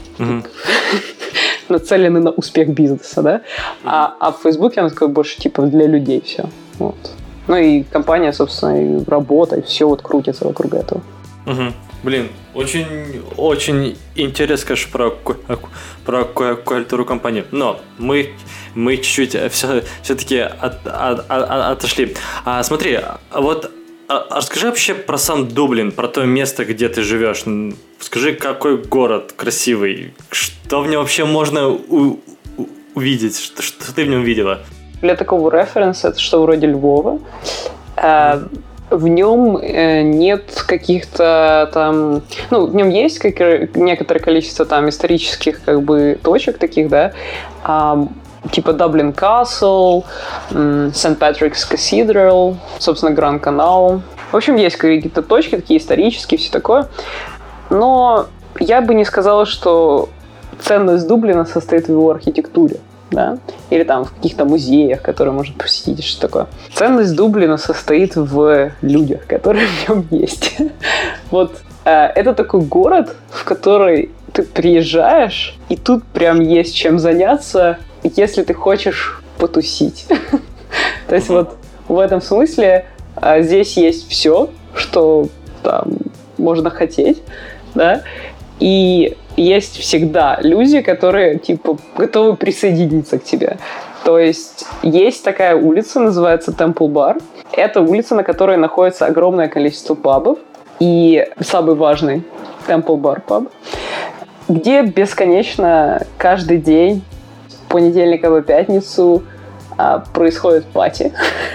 нацелены на успех бизнеса, да? А в Фейсбуке оно такое больше, типа, для людей все. Вот. Ну, и компания, собственно, и работа, и все вот крутится вокруг этого. Блин, очень интересно, конечно, про культуру компании. Но мы чуть-чуть все-таки отошли. Смотри, вот расскажи вообще про сам Дублин, про то место, где ты живешь. Скажи, какой город красивый, что в нем вообще можно увидеть, что ты в нем видела? Для такого референса это что вроде Львова. в нем нет каких-то там... Ну, в нем есть некоторое количество там исторических как бы точек таких, да, типа Даблин Касл, Сент-Патрикс Кассидрал, собственно, Гранд-Канал. В общем, есть какие-то точки такие исторические, все такое. Но я бы не сказала, что ценность Дублина состоит в его архитектуре, да, или там в каких-то музеях, которые можно посетить, и что такое. Ценность Дублина состоит в людях, которые в нем есть. Вот это такой город, в который ты приезжаешь, и тут прям есть чем заняться, если ты хочешь потусить. То есть вот в этом смысле здесь есть все, что там можно хотеть, да, и есть всегда люди, которые, типа, готовы присоединиться к тебе. То есть такая улица, называется Темпл Бар. Это улица, на которой находится огромное количество пабов. И самый важный Темпл Бар паб, где бесконечно каждый день, с понедельника по пятницу, происходит пати.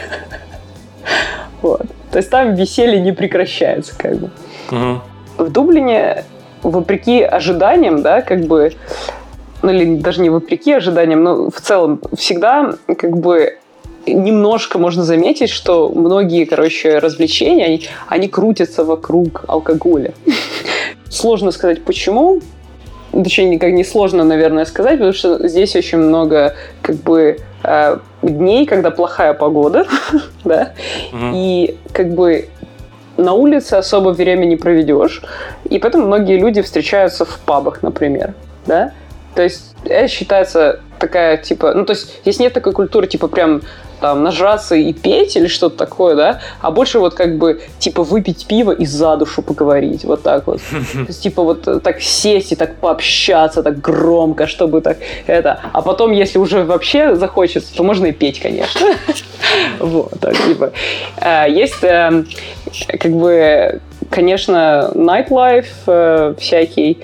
Вот. То есть там веселье не прекращается, как бы. В Дублине, вопреки ожиданиям, да, как бы, ну или даже не вопреки ожиданиям, но в целом всегда, как бы, немножко можно заметить, что многие, короче, развлечения, они крутятся вокруг алкоголя. Сложно сказать, почему. Точнее, никак не сложно, наверное, сказать, потому что здесь очень много, как бы, дней, когда плохая погода, да, и, как бы, на улице особо время не проведешь, и поэтому многие люди встречаются в пабах, например, да. То есть это считается такая, типа, ну, то есть здесь нет такой культуры, типа, прям там нажраться и петь или что-то такое, да, а больше вот как бы, типа, выпить пиво и за душу поговорить, вот так вот. То есть, типа, вот так сесть и так пообщаться, так громко, чтобы так это. А потом, если уже вообще захочется, то можно и петь, конечно. Вот, так, типа. Есть, как бы, конечно, nightlife всякий.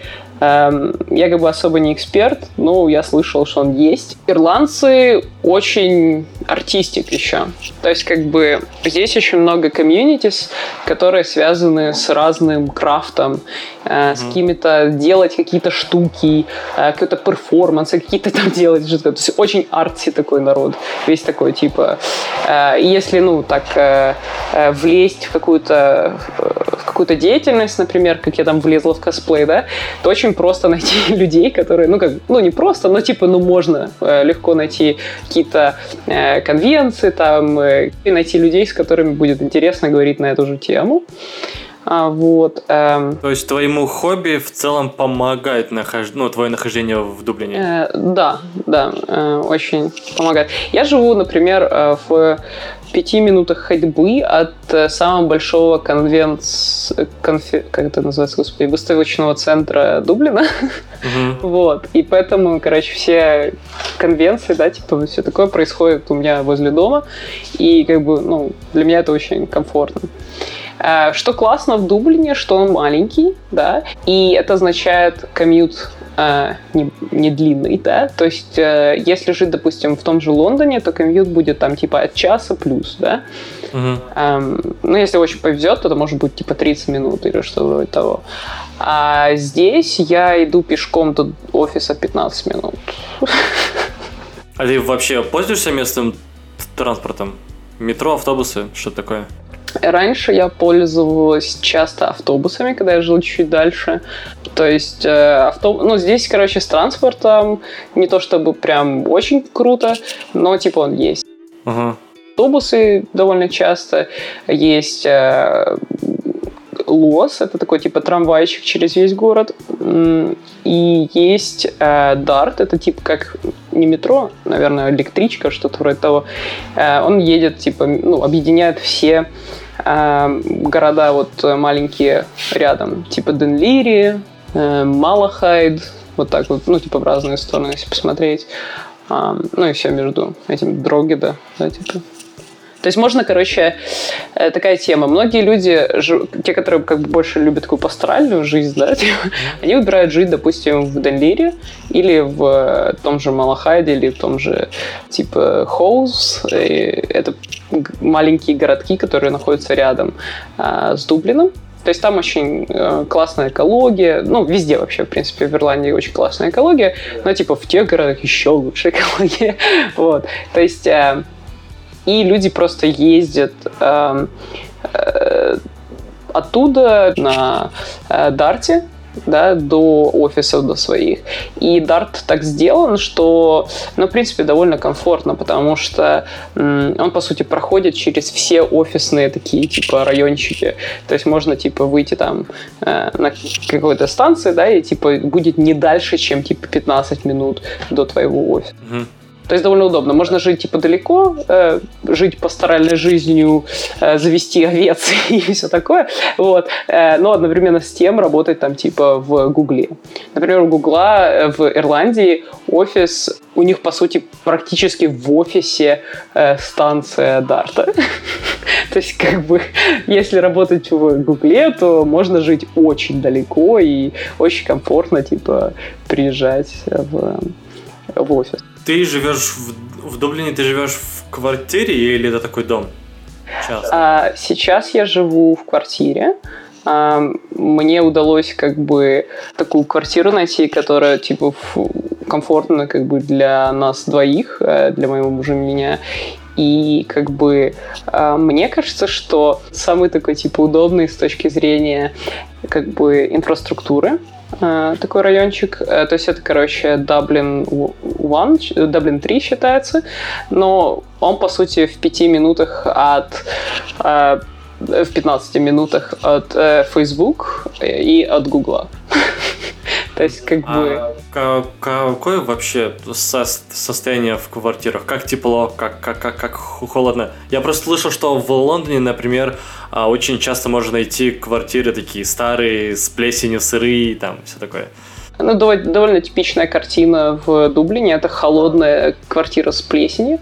Я как бы особо не эксперт, но я слышал, что он есть. Ирландцы очень артистик еще. То есть как бы здесь очень много комьюнитис, которые связаны с разным крафтом, с какими-то делать какие-то штуки, какой-то перформанс, какие-то там делать что-то. То есть очень артси такой народ. Весь такой типа. Если, ну, так влезть в какую-то деятельность, например, как я там влезла в косплей, да, то очень просто найти людей, которые, ну, как, ну, не просто, но, типа, ну, можно легко найти какие-то конвенции, там, и найти людей, с которыми будет интересно говорить на эту же тему. Вот. То есть твоему хобби в целом помогает твое нахождение в Дублине? Да, очень помогает. Я живу, например, в 5 минутах ходьбы от самого большого как это называется, господи, выставочного центра Дублина. Вот. И поэтому, короче, все конвенции, да, типа, все такое происходит у меня возле дома. И, как бы, ну, для меня это очень комфортно. Что классно в Дублине, что он маленький, да, и это означает комьют не длинный, да, то есть если жить, допустим, в том же Лондоне, то комьют будет там типа от часа плюс, да, ну, если очень повезет, то это может быть типа 30 минут или что-то вроде того. А здесь я иду пешком до офиса 15 минут. А ты вообще пользуешься местным транспортом? Метро, автобусы, что такое? Раньше я пользовалась часто автобусами, когда я жил чуть дальше. То есть здесь, короче, с транспортом не то чтобы прям очень круто, но типа он есть. Автобусы довольно часто есть. ЛОС, это такой типа трамвайчик через весь город. И есть Дарт, это типа как не метро, наверное, электричка, что-то вроде того. Он едет, типа, ну, объединяет все города вот маленькие рядом, типа Денлири, Малахайд, вот так вот, ну, типа в разные стороны, если посмотреть. Ну и все между этим Дрогеда, да, типа. То есть можно, короче, такая тема. Многие люди, те, которые как бы больше любят такую пасторальную жизнь, да, они выбирают жить, допустим, в Денлире или в том же Малахайде, или в том же, типа, Хоуз. Это маленькие городки, которые находятся рядом с Дублином. То есть там очень классная экология. Ну, везде вообще, в принципе, в Ирландии очень классная экология. Но, типа, в тех городах еще лучше экология. Вот. То есть... И люди просто ездят оттуда на Дарте, да, до офисов, до своих. И Дарт так сделан, что, ну, в принципе, довольно комфортно, потому что он, по сути, проходит через все офисные такие, типа, райончики. То есть можно, типа, выйти там на какой-то станции, да, и, типа, будет не дальше, чем, типа, 15 минут до твоего офиса. То есть довольно удобно. Можно жить типа далеко, жить пасторальной жизнью, завести овец и все такое. Вот. Но одновременно с тем работать там типа в Гугле. Например, у Гугла в Ирландии офис, у них по сути практически в офисе станция Дарта. То есть как бы если работать в Гугле, то можно жить очень далеко и очень комфортно типа приезжать в офис. Ты живешь в Дублине, ты живешь в квартире или это такой дом? Сейчас я живу в квартире. Мне удалось как бы такую квартиру найти, которая типа комфортна как бы для нас двоих, для моего мужа и меня. И как бы мне кажется, что самый такой типа удобный с точки зрения как бы инфраструктуры такой райончик. То есть это, короче, Даблин 3 считается, но он, по сути, в 5 минутах в 15 минутах от Facebook и от Гугла. То есть, как бы... Какое вообще состояние в квартирах? Как тепло, как холодно? Я просто слышал, что в Лондоне, например, очень часто можно найти квартиры такие старые, с плесенью, сырые, там, все такое. Ну, довольно типичная картина в Дублине. Это холодная квартира с плесенью.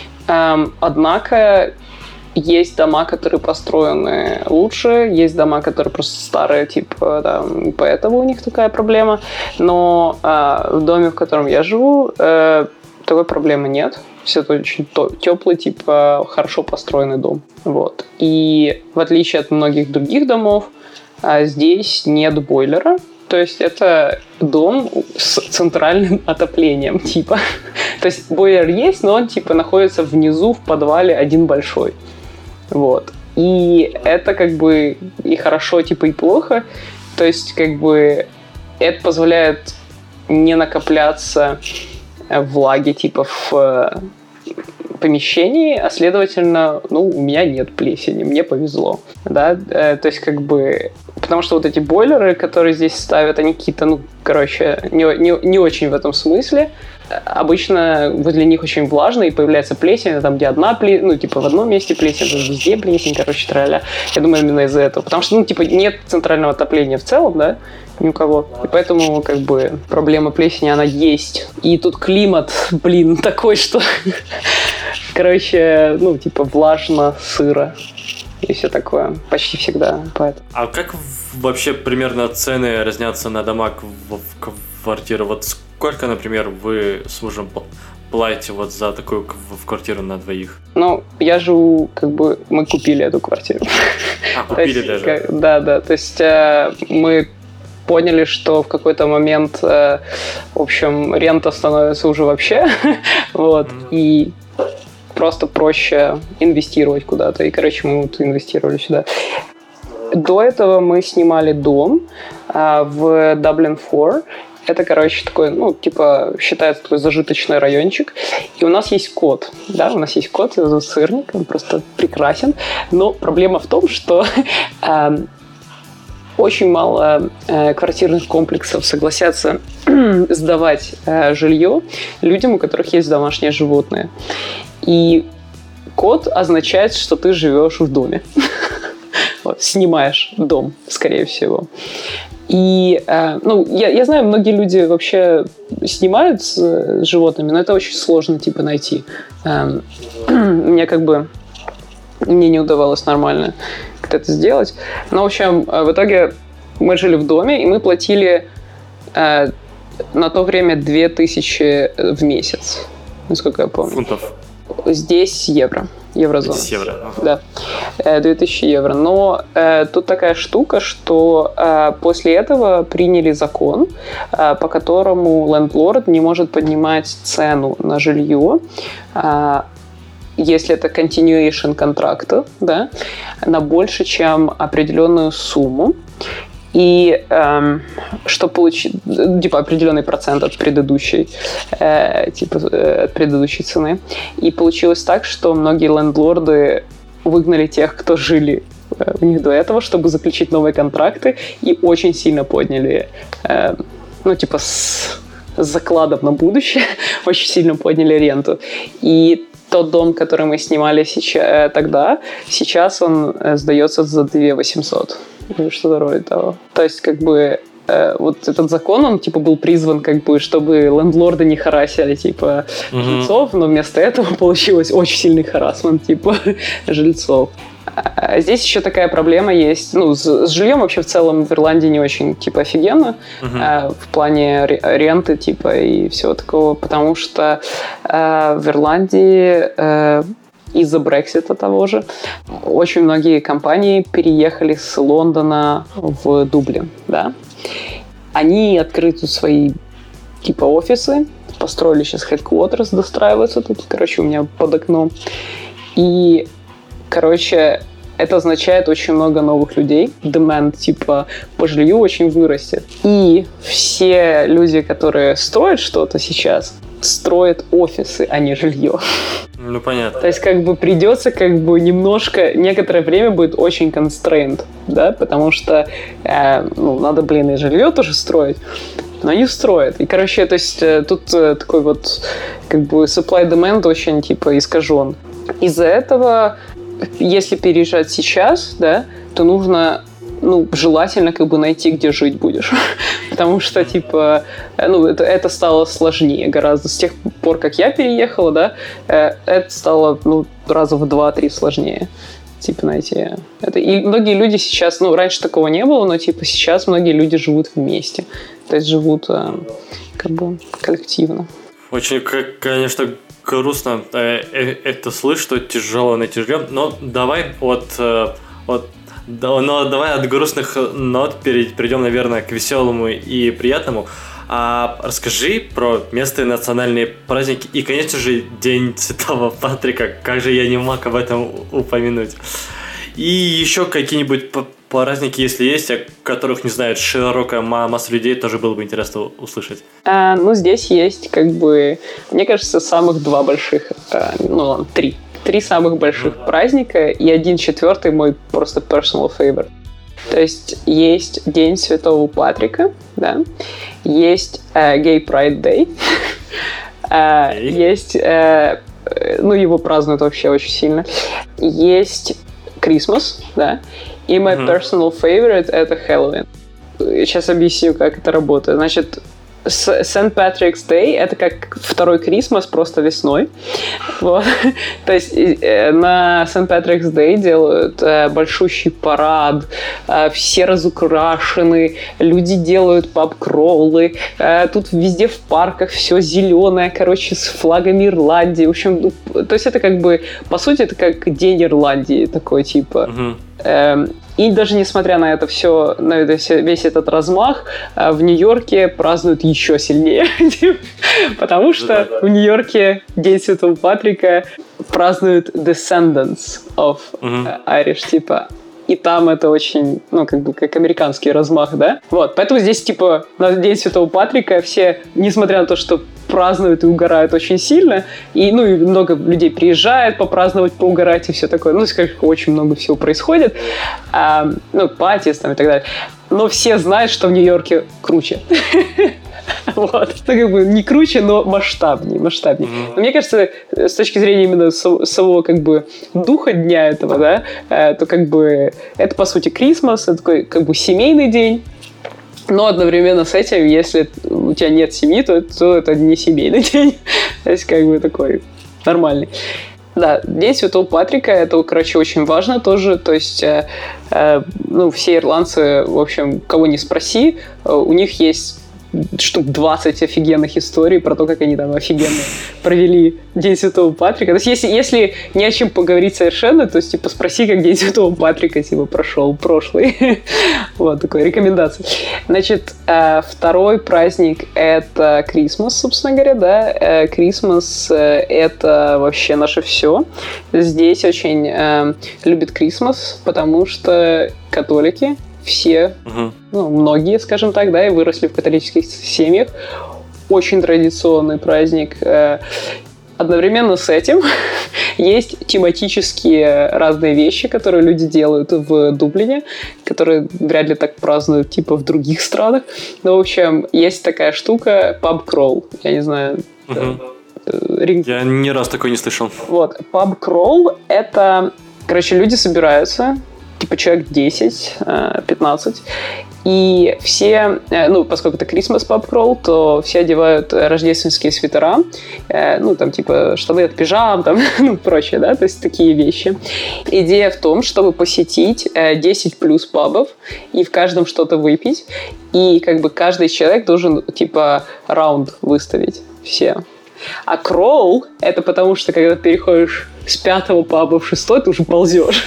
Однако есть дома, которые построены лучше, есть дома, которые просто старые, типа, да, поэтому у них такая проблема. Но в доме, в котором я живу, такой проблемы нет. Все это очень теплый, типа, хорошо построенный дом. Вот. И в отличие от многих других домов, здесь нет бойлера. То есть это дом с центральным отоплением, типа. То есть бойлер есть, но он, типа, находится внизу в подвале один большой. Вот. И это как бы и хорошо, типа, и плохо. То есть, как бы, это позволяет не накопляться влаги, типа, в помещении, а следовательно, ну, у меня нет плесени, мне повезло, да, то есть, как бы, потому что вот эти бойлеры, которые здесь ставят, они какие-то, ну, короче, не очень в этом смысле. Обычно возле них очень влажно, и появляется плесень, там, где одна плесень, ну, типа, в одном месте плесень, везде плесень, короче, тролля. Я думаю, именно из-за этого. Потому что, ну, типа, нет центрального отопления в целом, да, ни у кого. И поэтому, как бы, проблема плесени, она есть. И тут климат, блин, такой, что, короче, ну, типа, влажно, сыро и все такое. Почти всегда. Поэтому. А как вообще примерно цены разнятся на дома в квартиру? Вот сколько, например, вы с мужем платите вот за такую квартиру на двоих? Ну, я живу, как бы, мы купили эту квартиру. Купили даже? Да. То есть мы поняли, что в какой-то момент, в общем, рента становится уже вообще, вот, и просто проще инвестировать куда-то. И, короче, мы вот инвестировали сюда. До этого мы снимали дом в Даблин 4. Это, короче, такой, ну, типа, считается такой зажиточный райончик. И у нас есть кот. Да, у нас есть кот, его зовут Сырник, он просто прекрасен. Но проблема в том, что очень мало квартирных комплексов согласятся сдавать жилье людям, у которых есть домашние животные. И кот означает, что ты живешь в доме. Вот, снимаешь дом, скорее всего. И, ну, я знаю, многие люди вообще снимают с животными, но это очень сложно, типа, найти. Мне как бы Мне не удавалось нормально как-то это сделать. Но, в общем, в итоге мы жили в доме, и мы платили на то время 2000 в месяц, насколько я помню. Фунтов. Здесь евро. Еврозона. Здесь евро. Да. 2000 евро. Но тут такая штука, что после этого приняли закон, по которому лендлорд не может поднимать цену на жилье, если это continuation контракта, да, на больше, чем определенную сумму. И чтобы получить определенный процент от предыдущей, от предыдущей цены. И получилось так, что многие лендлорды выгнали тех, кто жили у них до этого, чтобы заключить новые контракты, и очень сильно подняли, с закладом на будущее, очень сильно подняли ренту. И тот дом, который мы снимали сейчас он сдается за 2800. Или что-то вроде того. То есть, вот этот закон, он, был призван, чтобы лендлорды не харасили, жильцов, но вместо этого получилось очень сильный харассмент, жильцов. Здесь еще такая проблема есть. С жильем вообще в целом в Ирландии не очень, офигенно. В плане ренты, и всего такого. Потому что в Ирландии из-за Брексита того же очень многие компании переехали с Лондона в Дублин, да. Они открыли тут свои офисы, построили сейчас headquarters, достраиваются тут, у меня под окном. И, это означает очень много новых людей. Demand, по жилью очень вырастет. И все люди, которые строят что-то сейчас, строят офисы, а не жилье. Ну, понятно. То есть, придется, немножко, некоторое время будет очень constrained, да, потому что, надо, и жилье тоже строить, но они строят. И, то есть, тут такой вот, supply-demand очень, искажен. Из-за этого, если переезжать сейчас, да, то нужно, желательно, найти, где жить будешь. Потому что, это стало сложнее гораздо. С тех пор, как я переехала, да, это стало, раза в 2-3 сложнее. Найти это. И многие люди сейчас, раньше такого не было, но, сейчас многие люди живут вместе. То есть, живут, коллективно. Очень, конечно, грустно это слышать, что тяжело найти жилье. Но давай давай от грустных нот перейдем, наверное, к веселому и приятному. Расскажи про местные национальные праздники и, конечно же, День Святого Патрика. Как же я не мог об этом упомянуть. И еще какие-нибудь праздники, если есть, о которых не знает широкая масса людей, тоже было бы интересно услышать. Здесь есть, мне кажется, самых два больших, три. 3 самых больших праздника, и 1/4 мой просто personal favorite. То есть День Святого Патрика, да, есть Gay Pride Day, есть, его празднуют вообще очень сильно, есть Christmas, да, и мой personal favorite — это Хэллоуин. Сейчас объясню, как это работает. Значит, St. Patrick's Day — это как второй Крисмас, просто весной. Вот. То есть на St. Patrick's Day делают большущий парад, все разукрашены, люди делают паб-кроллы, тут везде в парках все зеленое, с флагами Ирландии. В общем, то есть это по сути, это как День Ирландии, такой И даже несмотря на это все, на весь этот размах, в Нью-Йорке празднуют еще сильнее. Потому что в Нью-Йорке День Святого Патрика празднуют Descendants of Irish, И там это очень, как американский размах, да? Вот, поэтому здесь, на День Святого Патрика все, несмотря на то, что празднуют и угорают очень сильно, и много людей приезжает попраздновать, поугарать и все такое. Очень много всего происходит. Пати там и так далее. Но все знают, что в Нью-Йорке круче. Вот. Не круче, но масштабнее. Но мне кажется, с точки зрения именно самого духа дня этого, да, то это по сути Крисмас, это такой семейный день. Но одновременно с этим, если у тебя нет семьи, то это не семейный день. То есть такой нормальный. Да, День Святого Патрика, это, короче, очень важно тоже, то есть, все ирландцы, в общем, кого ни спроси, у них есть штук 20 офигенных историй про то, как они там офигенно провели День Святого Патрика. То есть, если не о чем поговорить совершенно, то есть, спроси, как День Святого Патрика, прошел прошлый. Вот, такая рекомендация. Значит, второй праздник — это Крисмас, собственно говоря, да. Крисмас — это вообще наше все. Здесь очень любят Крисмас, потому что католики все, многие, скажем так, да, и выросли в католических семьях. Очень традиционный праздник. Одновременно с этим есть тематические разные вещи, которые люди делают в Дублине, которые вряд ли так празднуют, в других странах. Но, в общем, есть такая штука pub crawl. Я не знаю... Я ни разу такой не слышал. Вот. Pub crawl — это... Короче, люди собираются... человек 10-15, и все, поскольку это Christmas Pub Crawl, то все одевают рождественские свитера, штаны от пижам, прочее, да, то есть такие вещи. Идея в том, чтобы посетить 10 плюс пабов и в каждом что-то выпить, и каждый человек должен, раунд выставить все. А crawl — это потому, что когда ты переходишь с 5-го паба в 6-й, ты уже ползешь.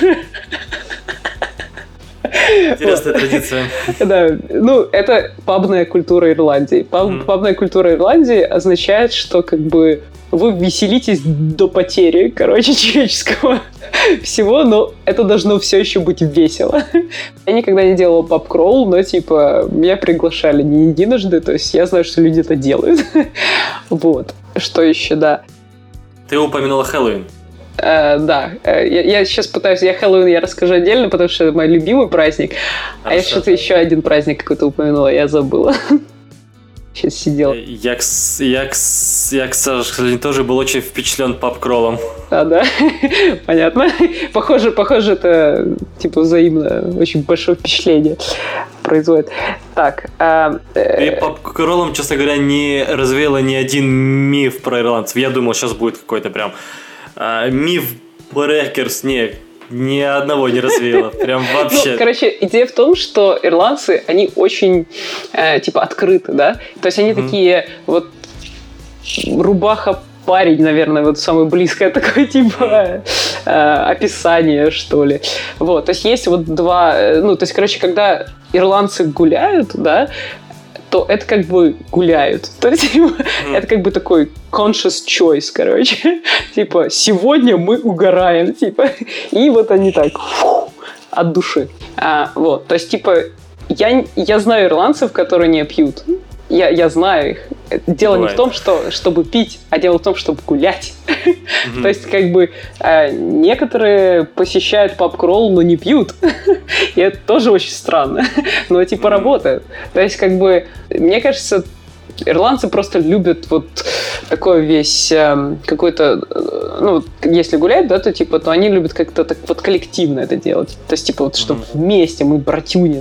Интересная традиция. Да, это пабная культура Ирландии. Пабная культура Ирландии означает, что вы веселитесь до потери, человеческого всего, но это должно все еще быть весело. Я никогда не делала паб-кролл, но, меня приглашали не единожды, то есть я знаю, что люди это делают. Вот. Что еще, да. Ты упомянула Хэллоуин. Да, я сейчас пытаюсь, Хэллоуин я расскажу отдельно, потому что это мой любимый праздник. Хорошо. А я что-то еще один праздник какой-то упомянула, я забыла. Сейчас сидел. Я, к сожалению, тоже был очень впечатлен паб-кроллом. Да, понятно. Похоже, это взаимно очень большое впечатление производит. Так. И паб-кроллом, честно говоря, не развеяло ни один миф про ирландцев. Я думал, сейчас будет какой-то прям миф Брекерс. Ни одного не развеяло. Прям вообще. Идея в том, что ирландцы, они очень, открыты, да? То есть они такие, рубаха парень, наверное, самое близкое такое, описание, что ли. Вот, то есть есть два, когда ирландцы гуляют, да, то это гуляют. То есть это такой conscious choice, сегодня мы угораем, и они так, от души. Вот, то есть, я знаю ирландцев, которые не пьют. Я знаю их. Дело не в том, чтобы пить, а дело в том, чтобы гулять. То есть, некоторые посещают паб-кролл, но не пьют. И это тоже очень странно. Но, работает. То есть, мне кажется, ирландцы просто любят такой весь какой-то... если гулять, да, то они любят как-то так коллективно это делать. То есть, чтобы вместе мы братюни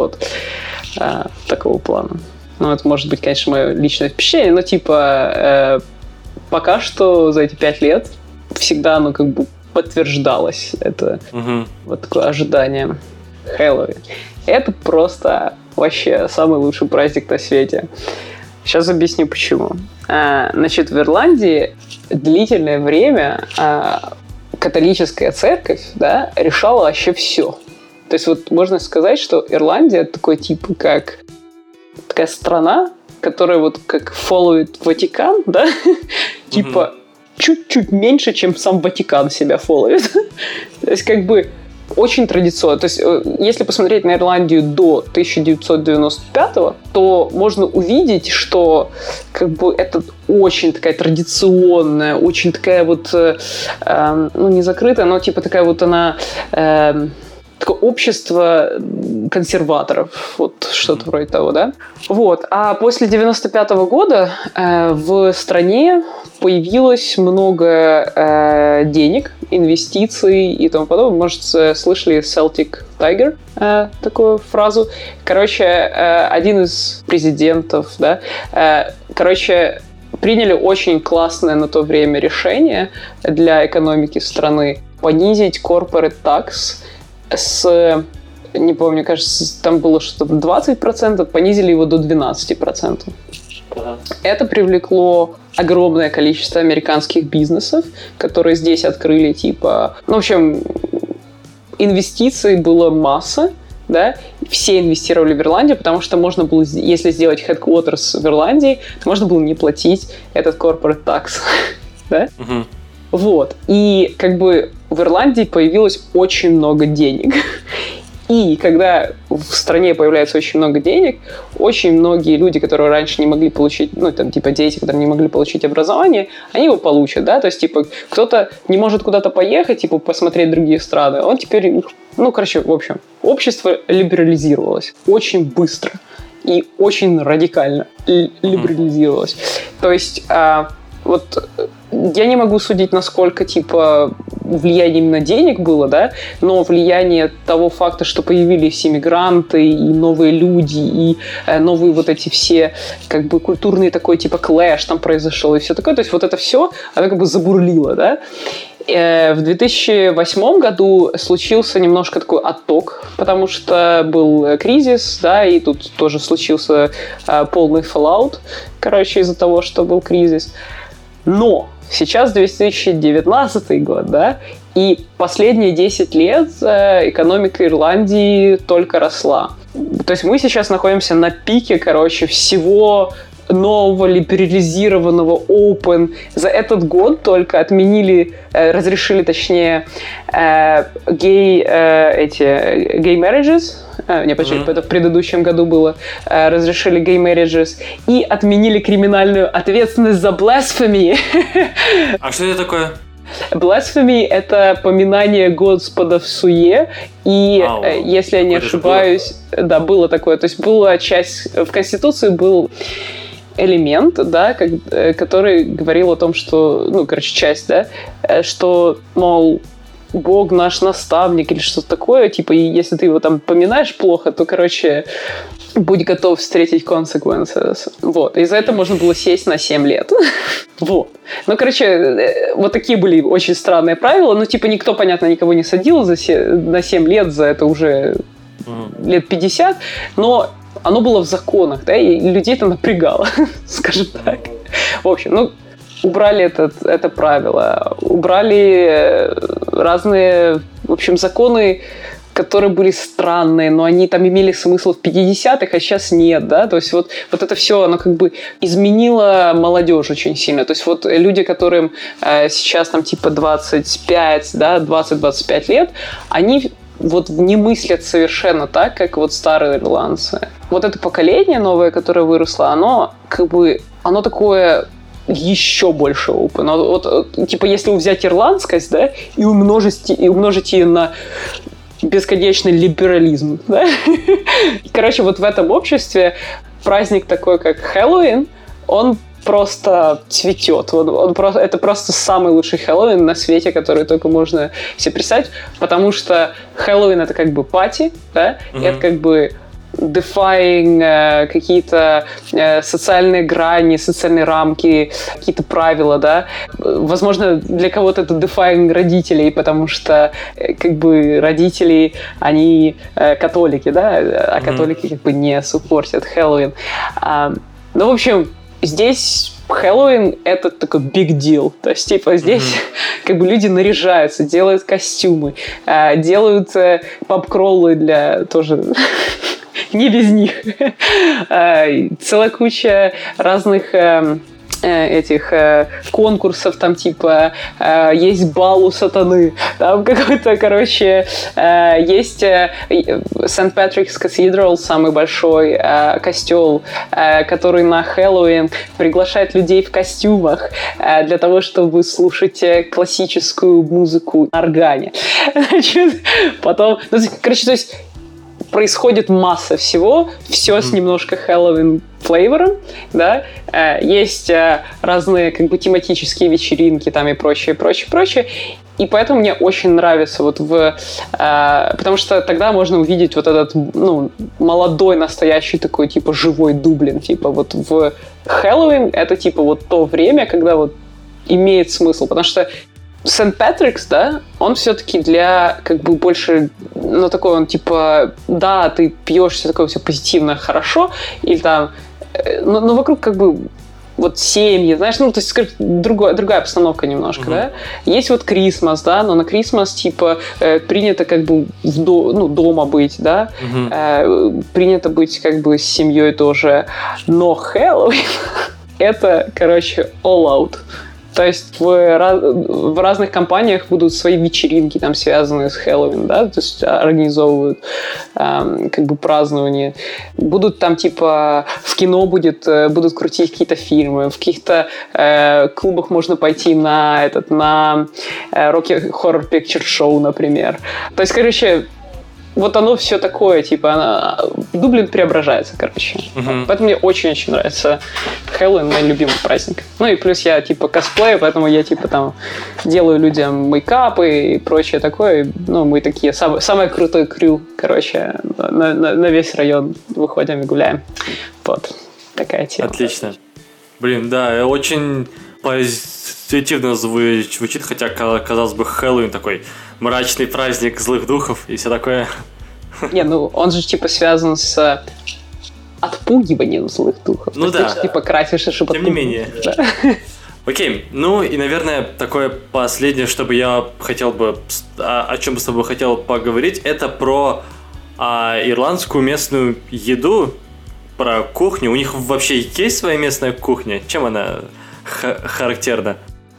такого плана. Это может быть, конечно, мое личное впечатление, но, пока что за эти 5 лет всегда оно подтверждалось. Это такое ожидание. Хэллоуин. Это просто вообще самый лучший праздник на свете. Сейчас объясню, почему. Значит, в Ирландии длительное время католическая церковь, да, решала вообще все. То есть можно сказать, что Ирландия такой как такая страна, которая как фолловит Ватикан, да, чуть-чуть меньше, чем сам Ватикан себя фолловит. То есть очень традиционно. То есть если посмотреть на Ирландию до 1995-го, то можно увидеть, что это очень такая традиционная, очень такая не закрытая, но такая она... такое общество консерваторов, что-то вроде того, да? Вот. А после 95-го года в стране появилось много денег, инвестиций и тому подобное. Может, слышали Celtic Tiger, такую фразу. Один из президентов, да, приняли очень классное на то время решение для экономики страны понизить corporate tax с, не помню, кажется, там было что-то 20%, понизили его до 12%. Это привлекло огромное количество американских бизнесов, которые здесь открыли, типа... Ну, в общем, инвестиций было масса, да, все инвестировали в Ирландию, потому что можно было, если сделать headquarters в Ирландии, то можно было не платить этот corporate tax, да? Вот. И как бы в Ирландии появилось очень много денег. И когда в стране появляется очень много денег, очень многие люди, которые раньше не могли получить, ну, там, типа, дети, которые не могли получить образование, они его получат, да, то есть, типа, кто-то не может куда-то поехать, типа, посмотреть другие страны, он теперь, ну, короче, в общем, общество либерализировалось очень быстро и очень радикально либерализировалось. То есть, вот я не могу судить, насколько, типа, влияние именно денег было, да, но влияние того факта, что появились иммигранты и новые люди, и новые вот эти все, как бы, культурные такой, типа, клэш там произошел и все такое, то есть вот это все, оно как бы забурлило, да. В 2008 году случился немножко такой отток, потому что был кризис, да, и тут тоже случился полный fallout, короче, из-за того, что был кризис. Но сейчас 2019 год, да, и последние 10 лет экономика Ирландии только росла. То есть мы сейчас находимся на пике, короче, всего нового либерализированного open. За этот год только отменили, разрешили, точнее, гей marriages. Не, почему? Это в предыдущем году было. Разрешили gay marriages и отменили криминальную ответственность за blasphemy. А что это такое? Blasphemy — это поминание Господа в суе, и, если я не ошибаюсь, да, было такое. То есть была часть, в Конституции был элемент, да, который говорил о том, что, ну, короче, часть, да, что, мол, Бог наш наставник или что-то такое, типа, и если ты его там поминаешь плохо, то, короче, будь готов встретить consequences. Вот. И за это можно было сесть на 7 лет. Вот. Ну, короче, вот такие были очень странные правила. Ну, типа, никто, понятно, никого не садил на 7 лет, за это уже лет 50, но оно было в законах, да, и людей это напрягало, скажем так. В общем, ну, убрали это правило, убрали разные, в общем, законы, которые были странные, но они там имели смысл в 50-х, а сейчас нет, да, то есть вот это все, оно как бы изменило молодежь очень сильно, то есть вот люди, которым сейчас там типа 25, да, 20-25 лет, они вот не мыслят совершенно так, как вот старые ирландцы. Вот это поколение новое, которое выросло, оно как бы, оно такое еще больше open. Вот, типа, если взять ирландскость, да, и умножить ее на бесконечный либерализм, да? Короче, вот в этом обществе праздник такой, как Хэллоуин, он просто цветет. Это просто самый лучший Хэллоуин на свете, который только можно себе представить, потому что Хэллоуин — это как бы пати, да, и это как бы defying какие-то социальные грани, социальные рамки, какие-то правила, да. Возможно, для кого-то это defying родителей, потому что как бы родители, они католики, да, а католики как бы не суппортят Хэллоуин. Ну, в общем, здесь Хэллоуин — это такой big deal. То есть, типа, здесь как бы люди наряжаются, делают костюмы, делают паб-кроллы для тоже... Не без них. Целая куча разных этих конкурсов, там типа есть бал у сатаны, там какой-то, короче, есть St. Patrick's Cathedral, самый большой костел, который на Хэллоуин приглашает людей в костюмах для того, чтобы слушать классическую музыку на органе. Значит, потом, ну, короче, то есть происходит масса всего, все с немножко Хэллоуин флейвором, да, есть разные как бы тематические вечеринки там и прочее, прочее, прочее. И поэтому мне очень нравится потому что тогда можно увидеть вот этот, молодой, настоящий такой, типа, живой Дублин. Типа, вот в Хэллоуин это, типа, вот то время, когда вот имеет смысл. Потому что Сент-Патрикс, да, он все-таки для, как бы, больше, такой он, типа, да, ты пьешь все такое все позитивно, хорошо, или там, но вокруг, как бы, вот семьи, знаешь, то есть, скажем, другая обстановка немножко, да. Есть вот Крисмас, да, но на Крисмас, типа, принято как бы дома быть, да, принято быть как бы с семьей тоже, но Хэллоуин это, короче, all out. То есть в разных компаниях будут свои вечеринки, там, связанные с Хэллоуин, да, то есть организовывают как бы празднование. Будут там, типа, в кино будут крутить какие-то фильмы, в каких-то клубах можно пойти на Rocky Horror Picture Show, например. То есть, короче, вот оно все такое, типа, Дублин преображается, короче. Поэтому мне очень-очень нравится Хэллоуин, мой любимый праздник. И плюс я, типа, косплею, поэтому я, типа, там, делаю людям мейкапы и прочее такое. Мы такие, самое крутое крю, короче, на весь район выходим и гуляем. Вот, такая тема. Отлично. Блин, да, очень позитивно звучит, хотя, казалось бы, Хэллоуин такой мрачный праздник злых духов и все такое. Не, он же, типа, связан с отпугиванием злых духов. Да. Ты, типа, красишь, чтобы тем не менее. Да. Окей, и, наверное, такое последнее, чтобы я хотел бы, о чем бы с тобой хотел поговорить, это про ирландскую местную еду, про кухню. У них вообще есть своя местная кухня? Чем она характерна?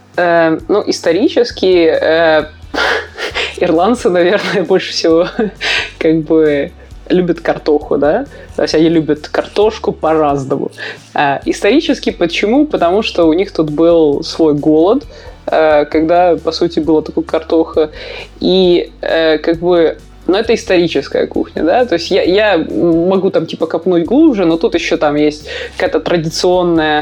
Исторически ирландцы, наверное, больше всего как бы любят картоху, да? То есть они любят картошку по-разному. Исторически почему? Потому что у них тут был свой голод, когда, по сути, была такая картоха. И как бы... Но это историческая кухня, да, то есть я могу там типа копнуть глубже, но тут еще там есть какая-то традиционные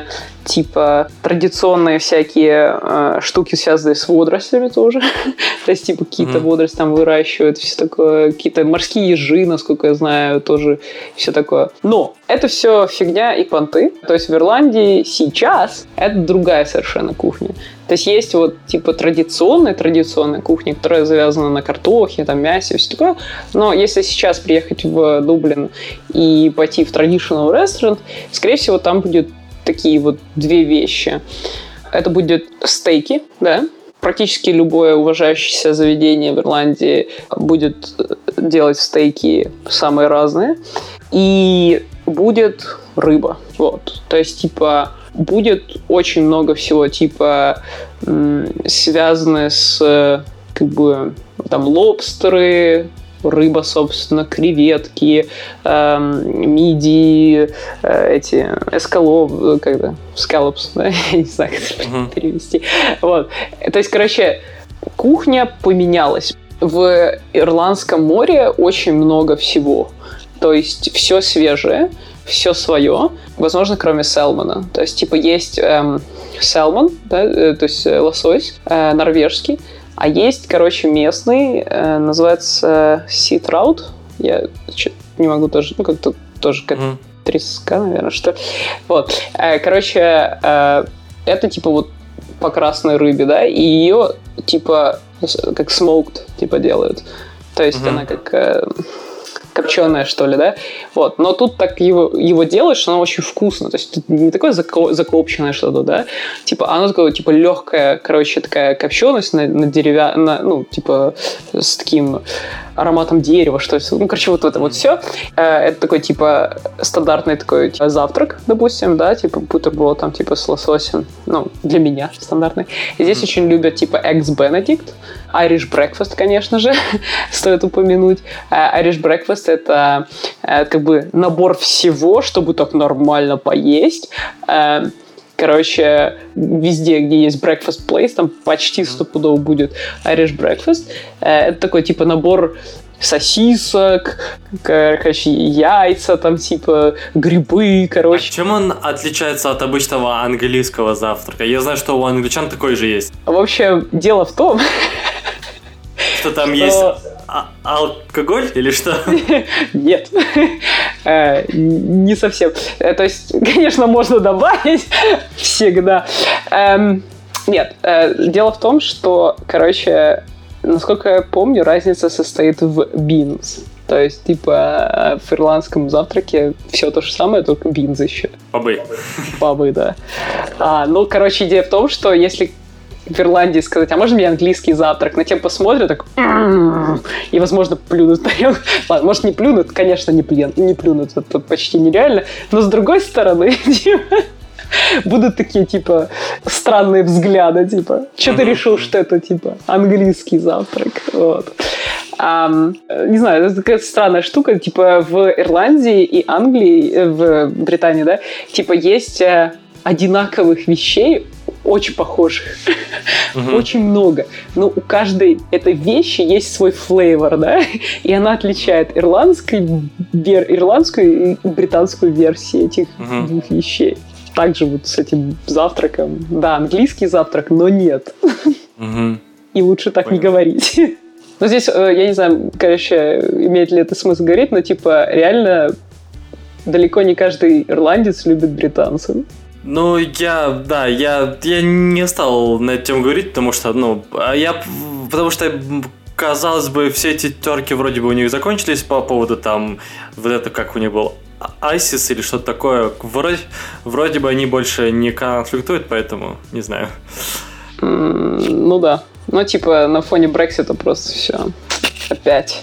всякие штуки, связанные с водорослями тоже, то есть типа какие-то водоросли там выращивают, все такое, какие-то морские ежи, насколько я знаю, тоже все такое. Но это все фигня и понты, то есть в Ирландии сейчас это другая совершенно кухня. То есть есть вот типа традиционная кухня, которая завязана на картохе, там, мясе, все такое. Но если сейчас приехать в Дублин и пойти в traditional restaurant, скорее всего, там будет такие вот две вещи. Это будет стейки, да. Практически любое уважающееся заведение в Ирландии будет делать стейки самые разные. И будет рыба. Вот. То есть, типа, будет очень много всего, типа, связанное с, как бы, там, лобстеры, рыба, собственно, креветки, мидии, скалопс, да? Я не знаю, как это перевести. Вот. То есть, короче, кухня поменялась. В Ирландском море очень много всего. То есть, все свежее, все свое, возможно, кроме салмона. То есть, типа, есть салмон, да, то есть лосось норвежский, а есть, короче, местный, называется sea trout. Я не могу тоже, как-то тоже как треска, наверное, что ли. Вот. Короче, это, типа, вот по красной рыбе, да, и ее, типа, как smoked, типа, делают. То есть она как... копченое, что ли, да? Вот. Но тут так его делаешь, что оно очень вкусно. То есть это не такое закопченное что-то, да? Типа, оно такое, типа, легкая, короче, такая копченость на деревянном, типа, с таким ароматом дерева, что ли. Короче, вот это вот все. Это такой, типа, стандартный такой типа, завтрак, допустим, да? Типа, бутерброд там, типа, с лососем. Для меня стандартный. И здесь очень любят, типа, Eggs Benedict. Irish Breakfast, конечно же, стоит упомянуть. Irish Breakfast — это как бы набор всего, чтобы так нормально поесть. короче, везде, где есть breakfast place, там почти стопудово будет Irish breakfast. Это такой, типа, набор сосисок, короче, яйца, там, типа, грибы, короче. А чем он отличается от обычного английского завтрака? Я знаю, что у англичан такой же есть. В общем, дело в том... Что там есть алкоголь или что? Нет, не совсем. То есть, конечно, можно добавить всегда. Нет, дело в том, что, короче, насколько я помню, разница состоит в beans. То есть, типа, в ирландском завтраке все то же самое, только beans еще. Бобы. Бобы, да. Ну, короче, идея в том, что если в Ирландии сказать, а можно мне английский завтрак? На тебя посмотрят, так, и, возможно, плюнут на тарелку. Ладно, может, не плюнут, конечно, не плюнут, это почти нереально, но, с другой стороны, будут такие, типа, странные взгляды, типа, что ты решил, что это, типа, английский завтрак, вот. Не знаю, это такая странная штука, типа, в Ирландии и Англии, в Британии, да, типа, есть одинаковых вещей, очень похожих, очень много. Но у каждой этой вещи есть свой флейвор, да, и она отличает ирландскую и британскую версии этих двух вещей. Также вот с этим завтраком. Да, английский завтрак, но нет. И лучше так не говорить. Но здесь, я не знаю, короче, имеет ли это смысл говорить, но типа реально далеко не каждый ирландец любит британцев. Ну, я не стал на эту тему говорить, потому что, казалось бы, все эти терки вроде бы у них закончились по поводу там, вот это, как у них был, ISIS или что-то такое. Вроде бы они больше не конфликтуют, поэтому не знаю. Ну да. Ну, типа, на фоне Брексита просто все. Опять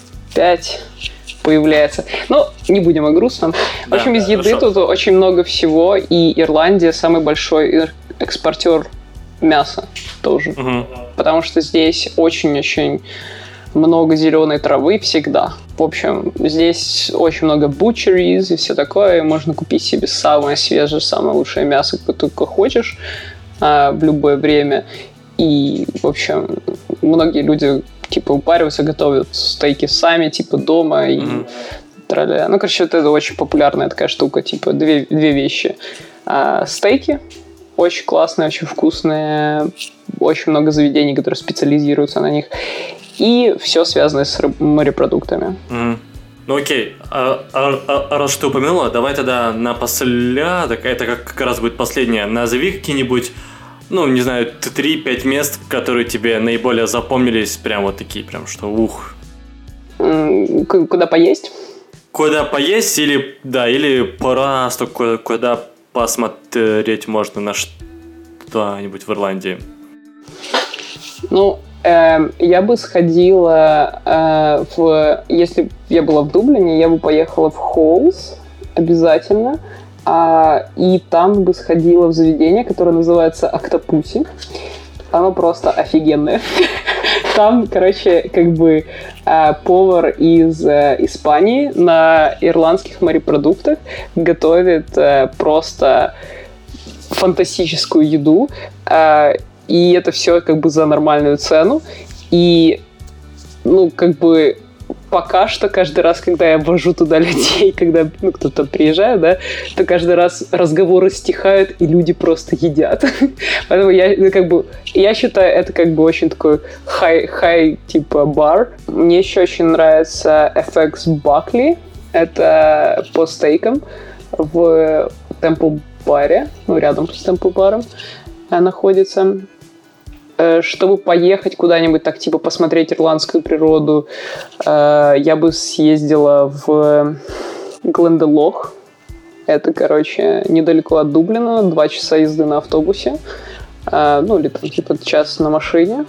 появляется. Ну, не будем о грустном. В общем, из еды тут очень много всего, и Ирландия самый большой экспортер мяса тоже. Потому что здесь очень-очень много зеленой травы всегда. В общем, здесь очень много butcheries и все такое. Можно купить себе самое свежее, самое лучшее мясо, какое только хочешь, в любое время. И, в общем, многие люди типа упариваются, готовят стейки сами, типа дома и тра-ля. Ну, короче, вот это очень популярная такая штука, типа две вещи. Стейки очень классные, очень вкусные, очень много заведений, которые специализируются на них. И все связанное с морепродуктами. Ну окей, раз что ты упомянула, давай тогда напоследок, это как раз будет последнее, назови какие-нибудь, ну, не знаю, 3-5 мест, которые тебе наиболее запомнились, прям вот такие, прям что ух. Куда поесть? Куда поесть или просто куда посмотреть можно на что-нибудь в Ирландии? Ну, я бы сходила если бы я была в Дублине, я бы поехала в Холлс обязательно. И там бы сходила в заведение, которое называется Октопуси. Оно просто офигенное. Там, короче, как бы повар из Испании на ирландских морепродуктах готовит просто фантастическую еду. И это все как бы за нормальную цену. И, ну, как бы пока что каждый раз, когда я вожу туда людей, когда кто-то приезжает, да, то каждый раз разговоры стихают, и люди просто едят. Поэтому я считаю, это как бы очень такой high типа бар. Мне еще очень нравится FX Buckley. Это по стейкам в Temple баре, ну, рядом с Temple баром находится. Чтобы поехать куда-нибудь так, типа, посмотреть ирландскую природу, я бы съездила в Глендалох. Это, короче, недалеко от Дублина, 2 часа езды на автобусе. Ну, или там, типа, час на машине,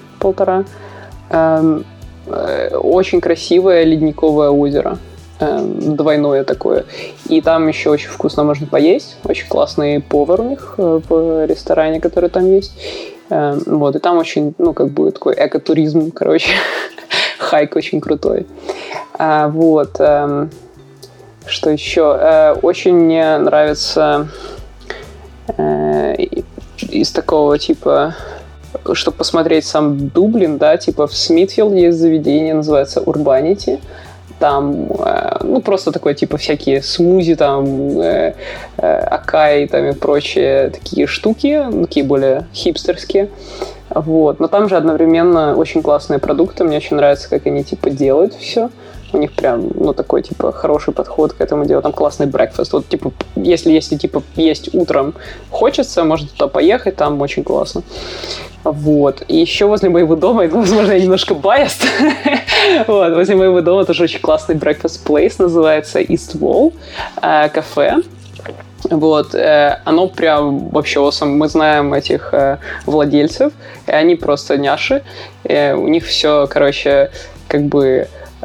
1,5. Очень красивое ледниковое озеро. Двойное такое. И там еще очень вкусно можно поесть. Очень классный повар у них в ресторане, который там есть. Вот, и там очень, ну, как бы такой экотуризм, короче, хайк очень крутой. Вот, что еще? Очень мне нравится из такого типа, чтобы посмотреть сам Дублин, да, типа в Смитфилде есть заведение, называется Urbanity. Там, ну, просто такое, типа, всякие смузи, там, акай, там, и прочие такие штуки, такие более хипстерские. Вот. Но там же одновременно очень классные продукты. Мне очень нравится, как они, типа, делают все. У них прям, ну, такой, типа, хороший подход к этому делу. Там классный брекфаст. Вот, типа, если типа, есть утром хочется, можно туда поехать, там очень классно. Вот. И еще возле моего дома, возможно, я немножко biased, вот, возле моего дома тоже очень классный breakfast place, называется East Wall кафе. Вот, оно прям вообще awesome. Мы знаем этих владельцев, и они просто няши. У них все, короче, как бы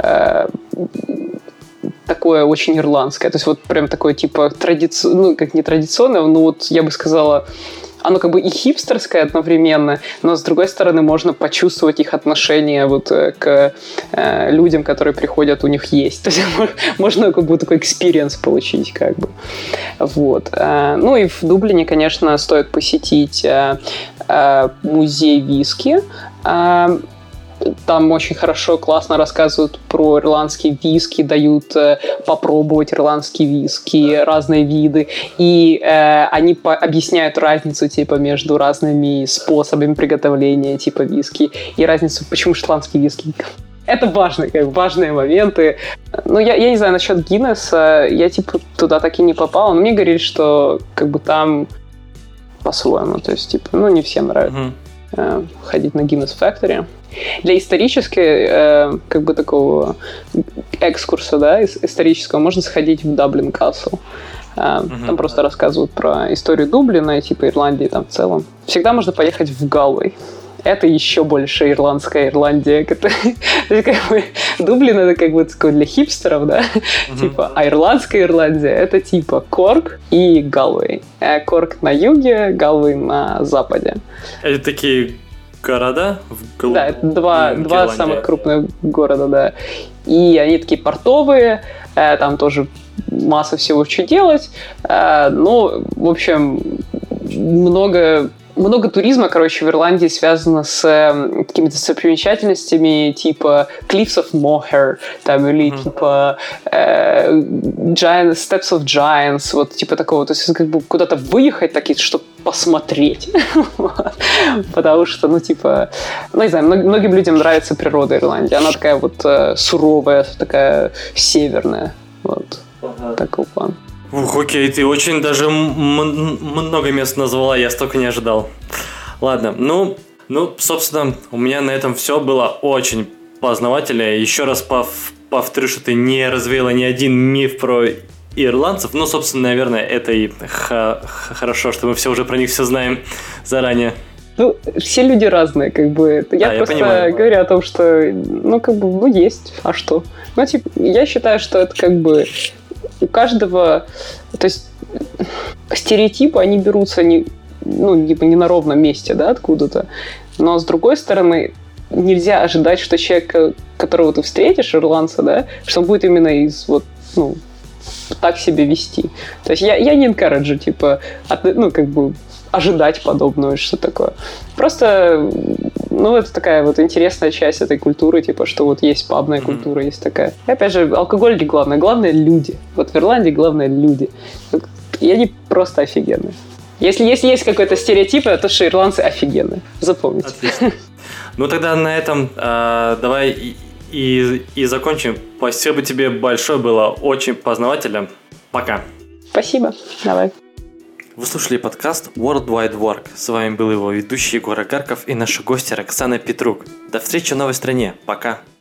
такое очень ирландское. То есть вот прям такое типа ну, как не традиционное, но вот я бы сказала, оно как бы и хипстерское одновременно, но с другой стороны можно почувствовать их отношение вот к людям, которые приходят, у них есть. То есть можно как бы такой экспириенс получить как бы. Вот. Ну и в Дублине, конечно, стоит посетить музей виски. Там очень хорошо, классно рассказывают про ирландские виски, дают попробовать ирландские виски, разные виды. И они объясняют разницу типа между разными способами приготовления типа виски и разницу, почему шотландские виски. Это важно, как бы, важные моменты. Ну, я не знаю, насчет Гиннесса, я типа туда так и не попала, но мне говорили, что как бы там по-своему, то есть типа, ну, не всем нравится ходить на Guinness Factory. Для исторической, как бы такого экскурса, да, исторического, можно сходить в Даблин Касл. Там просто рассказывают про историю Дублина и типа Ирландии там в целом. Всегда можно поехать в Галвей. Это еще больше ирландская Ирландия. Дублин это как бы такой для хипстеров, да? Типа, а ирландская Ирландия это типа Корк и Галвей. Корк на юге, Галвей на западе. Это такие города? Да, это два самых крупных города, да. И они такие портовые, там тоже масса всего что делать. Ну, в общем, много туризма, короче, в Ирландии связано с какими-то достопримечательностями типа Cliffs of Moher, там, или типа Steps of Giants, вот типа такого. То есть как бы куда-то выехать, такие, чтобы посмотреть. Потому что, ну, типа, ну, не знаю, многим людям нравится природа Ирландии. Она такая вот суровая, такая северная. Вот. Такой план. Ух, окей, ты очень даже много мест назвала, я столько не ожидал. Ладно, ну, собственно, у меня на этом все было очень познавательно. Еще раз повторю, что ты не развеяла ни один миф про ирландцев. Ну, собственно, наверное, это и хорошо, что мы все уже про них все знаем заранее. Ну, все люди разные, как бы. Я просто говорю о том, что, ну, как бы, ну, есть, а что? Ну, типа, я считаю, что это как бы у каждого, то есть стереотипы, они берутся не на ровном месте, да, откуда-то. Но, с другой стороны, нельзя ожидать, что человек, которого ты встретишь, ирландца, да, что он будет именно из вот, ну, так себя вести. То есть я не encourage, типа, ну, как бы ожидать подобного, что такое. Просто, ну, это такая вот интересная часть этой культуры, типа, что вот есть пабная культура, есть такая. И опять же, алкоголь не главное, главное люди. Вот в Ирландии главное люди. И они просто офигенные. Если есть какой-то стереотип, то что ирландцы офигенные. Запомните. Отлично. Ну, тогда на этом давай и закончим. Спасибо тебе большое, было очень познавательно. Пока. Спасибо. Давай. Вы слушали подкаст World Wide Work. С вами был его ведущий Егор Агарков и наши гости Роксана Петрук. До встречи в новой стране. Пока.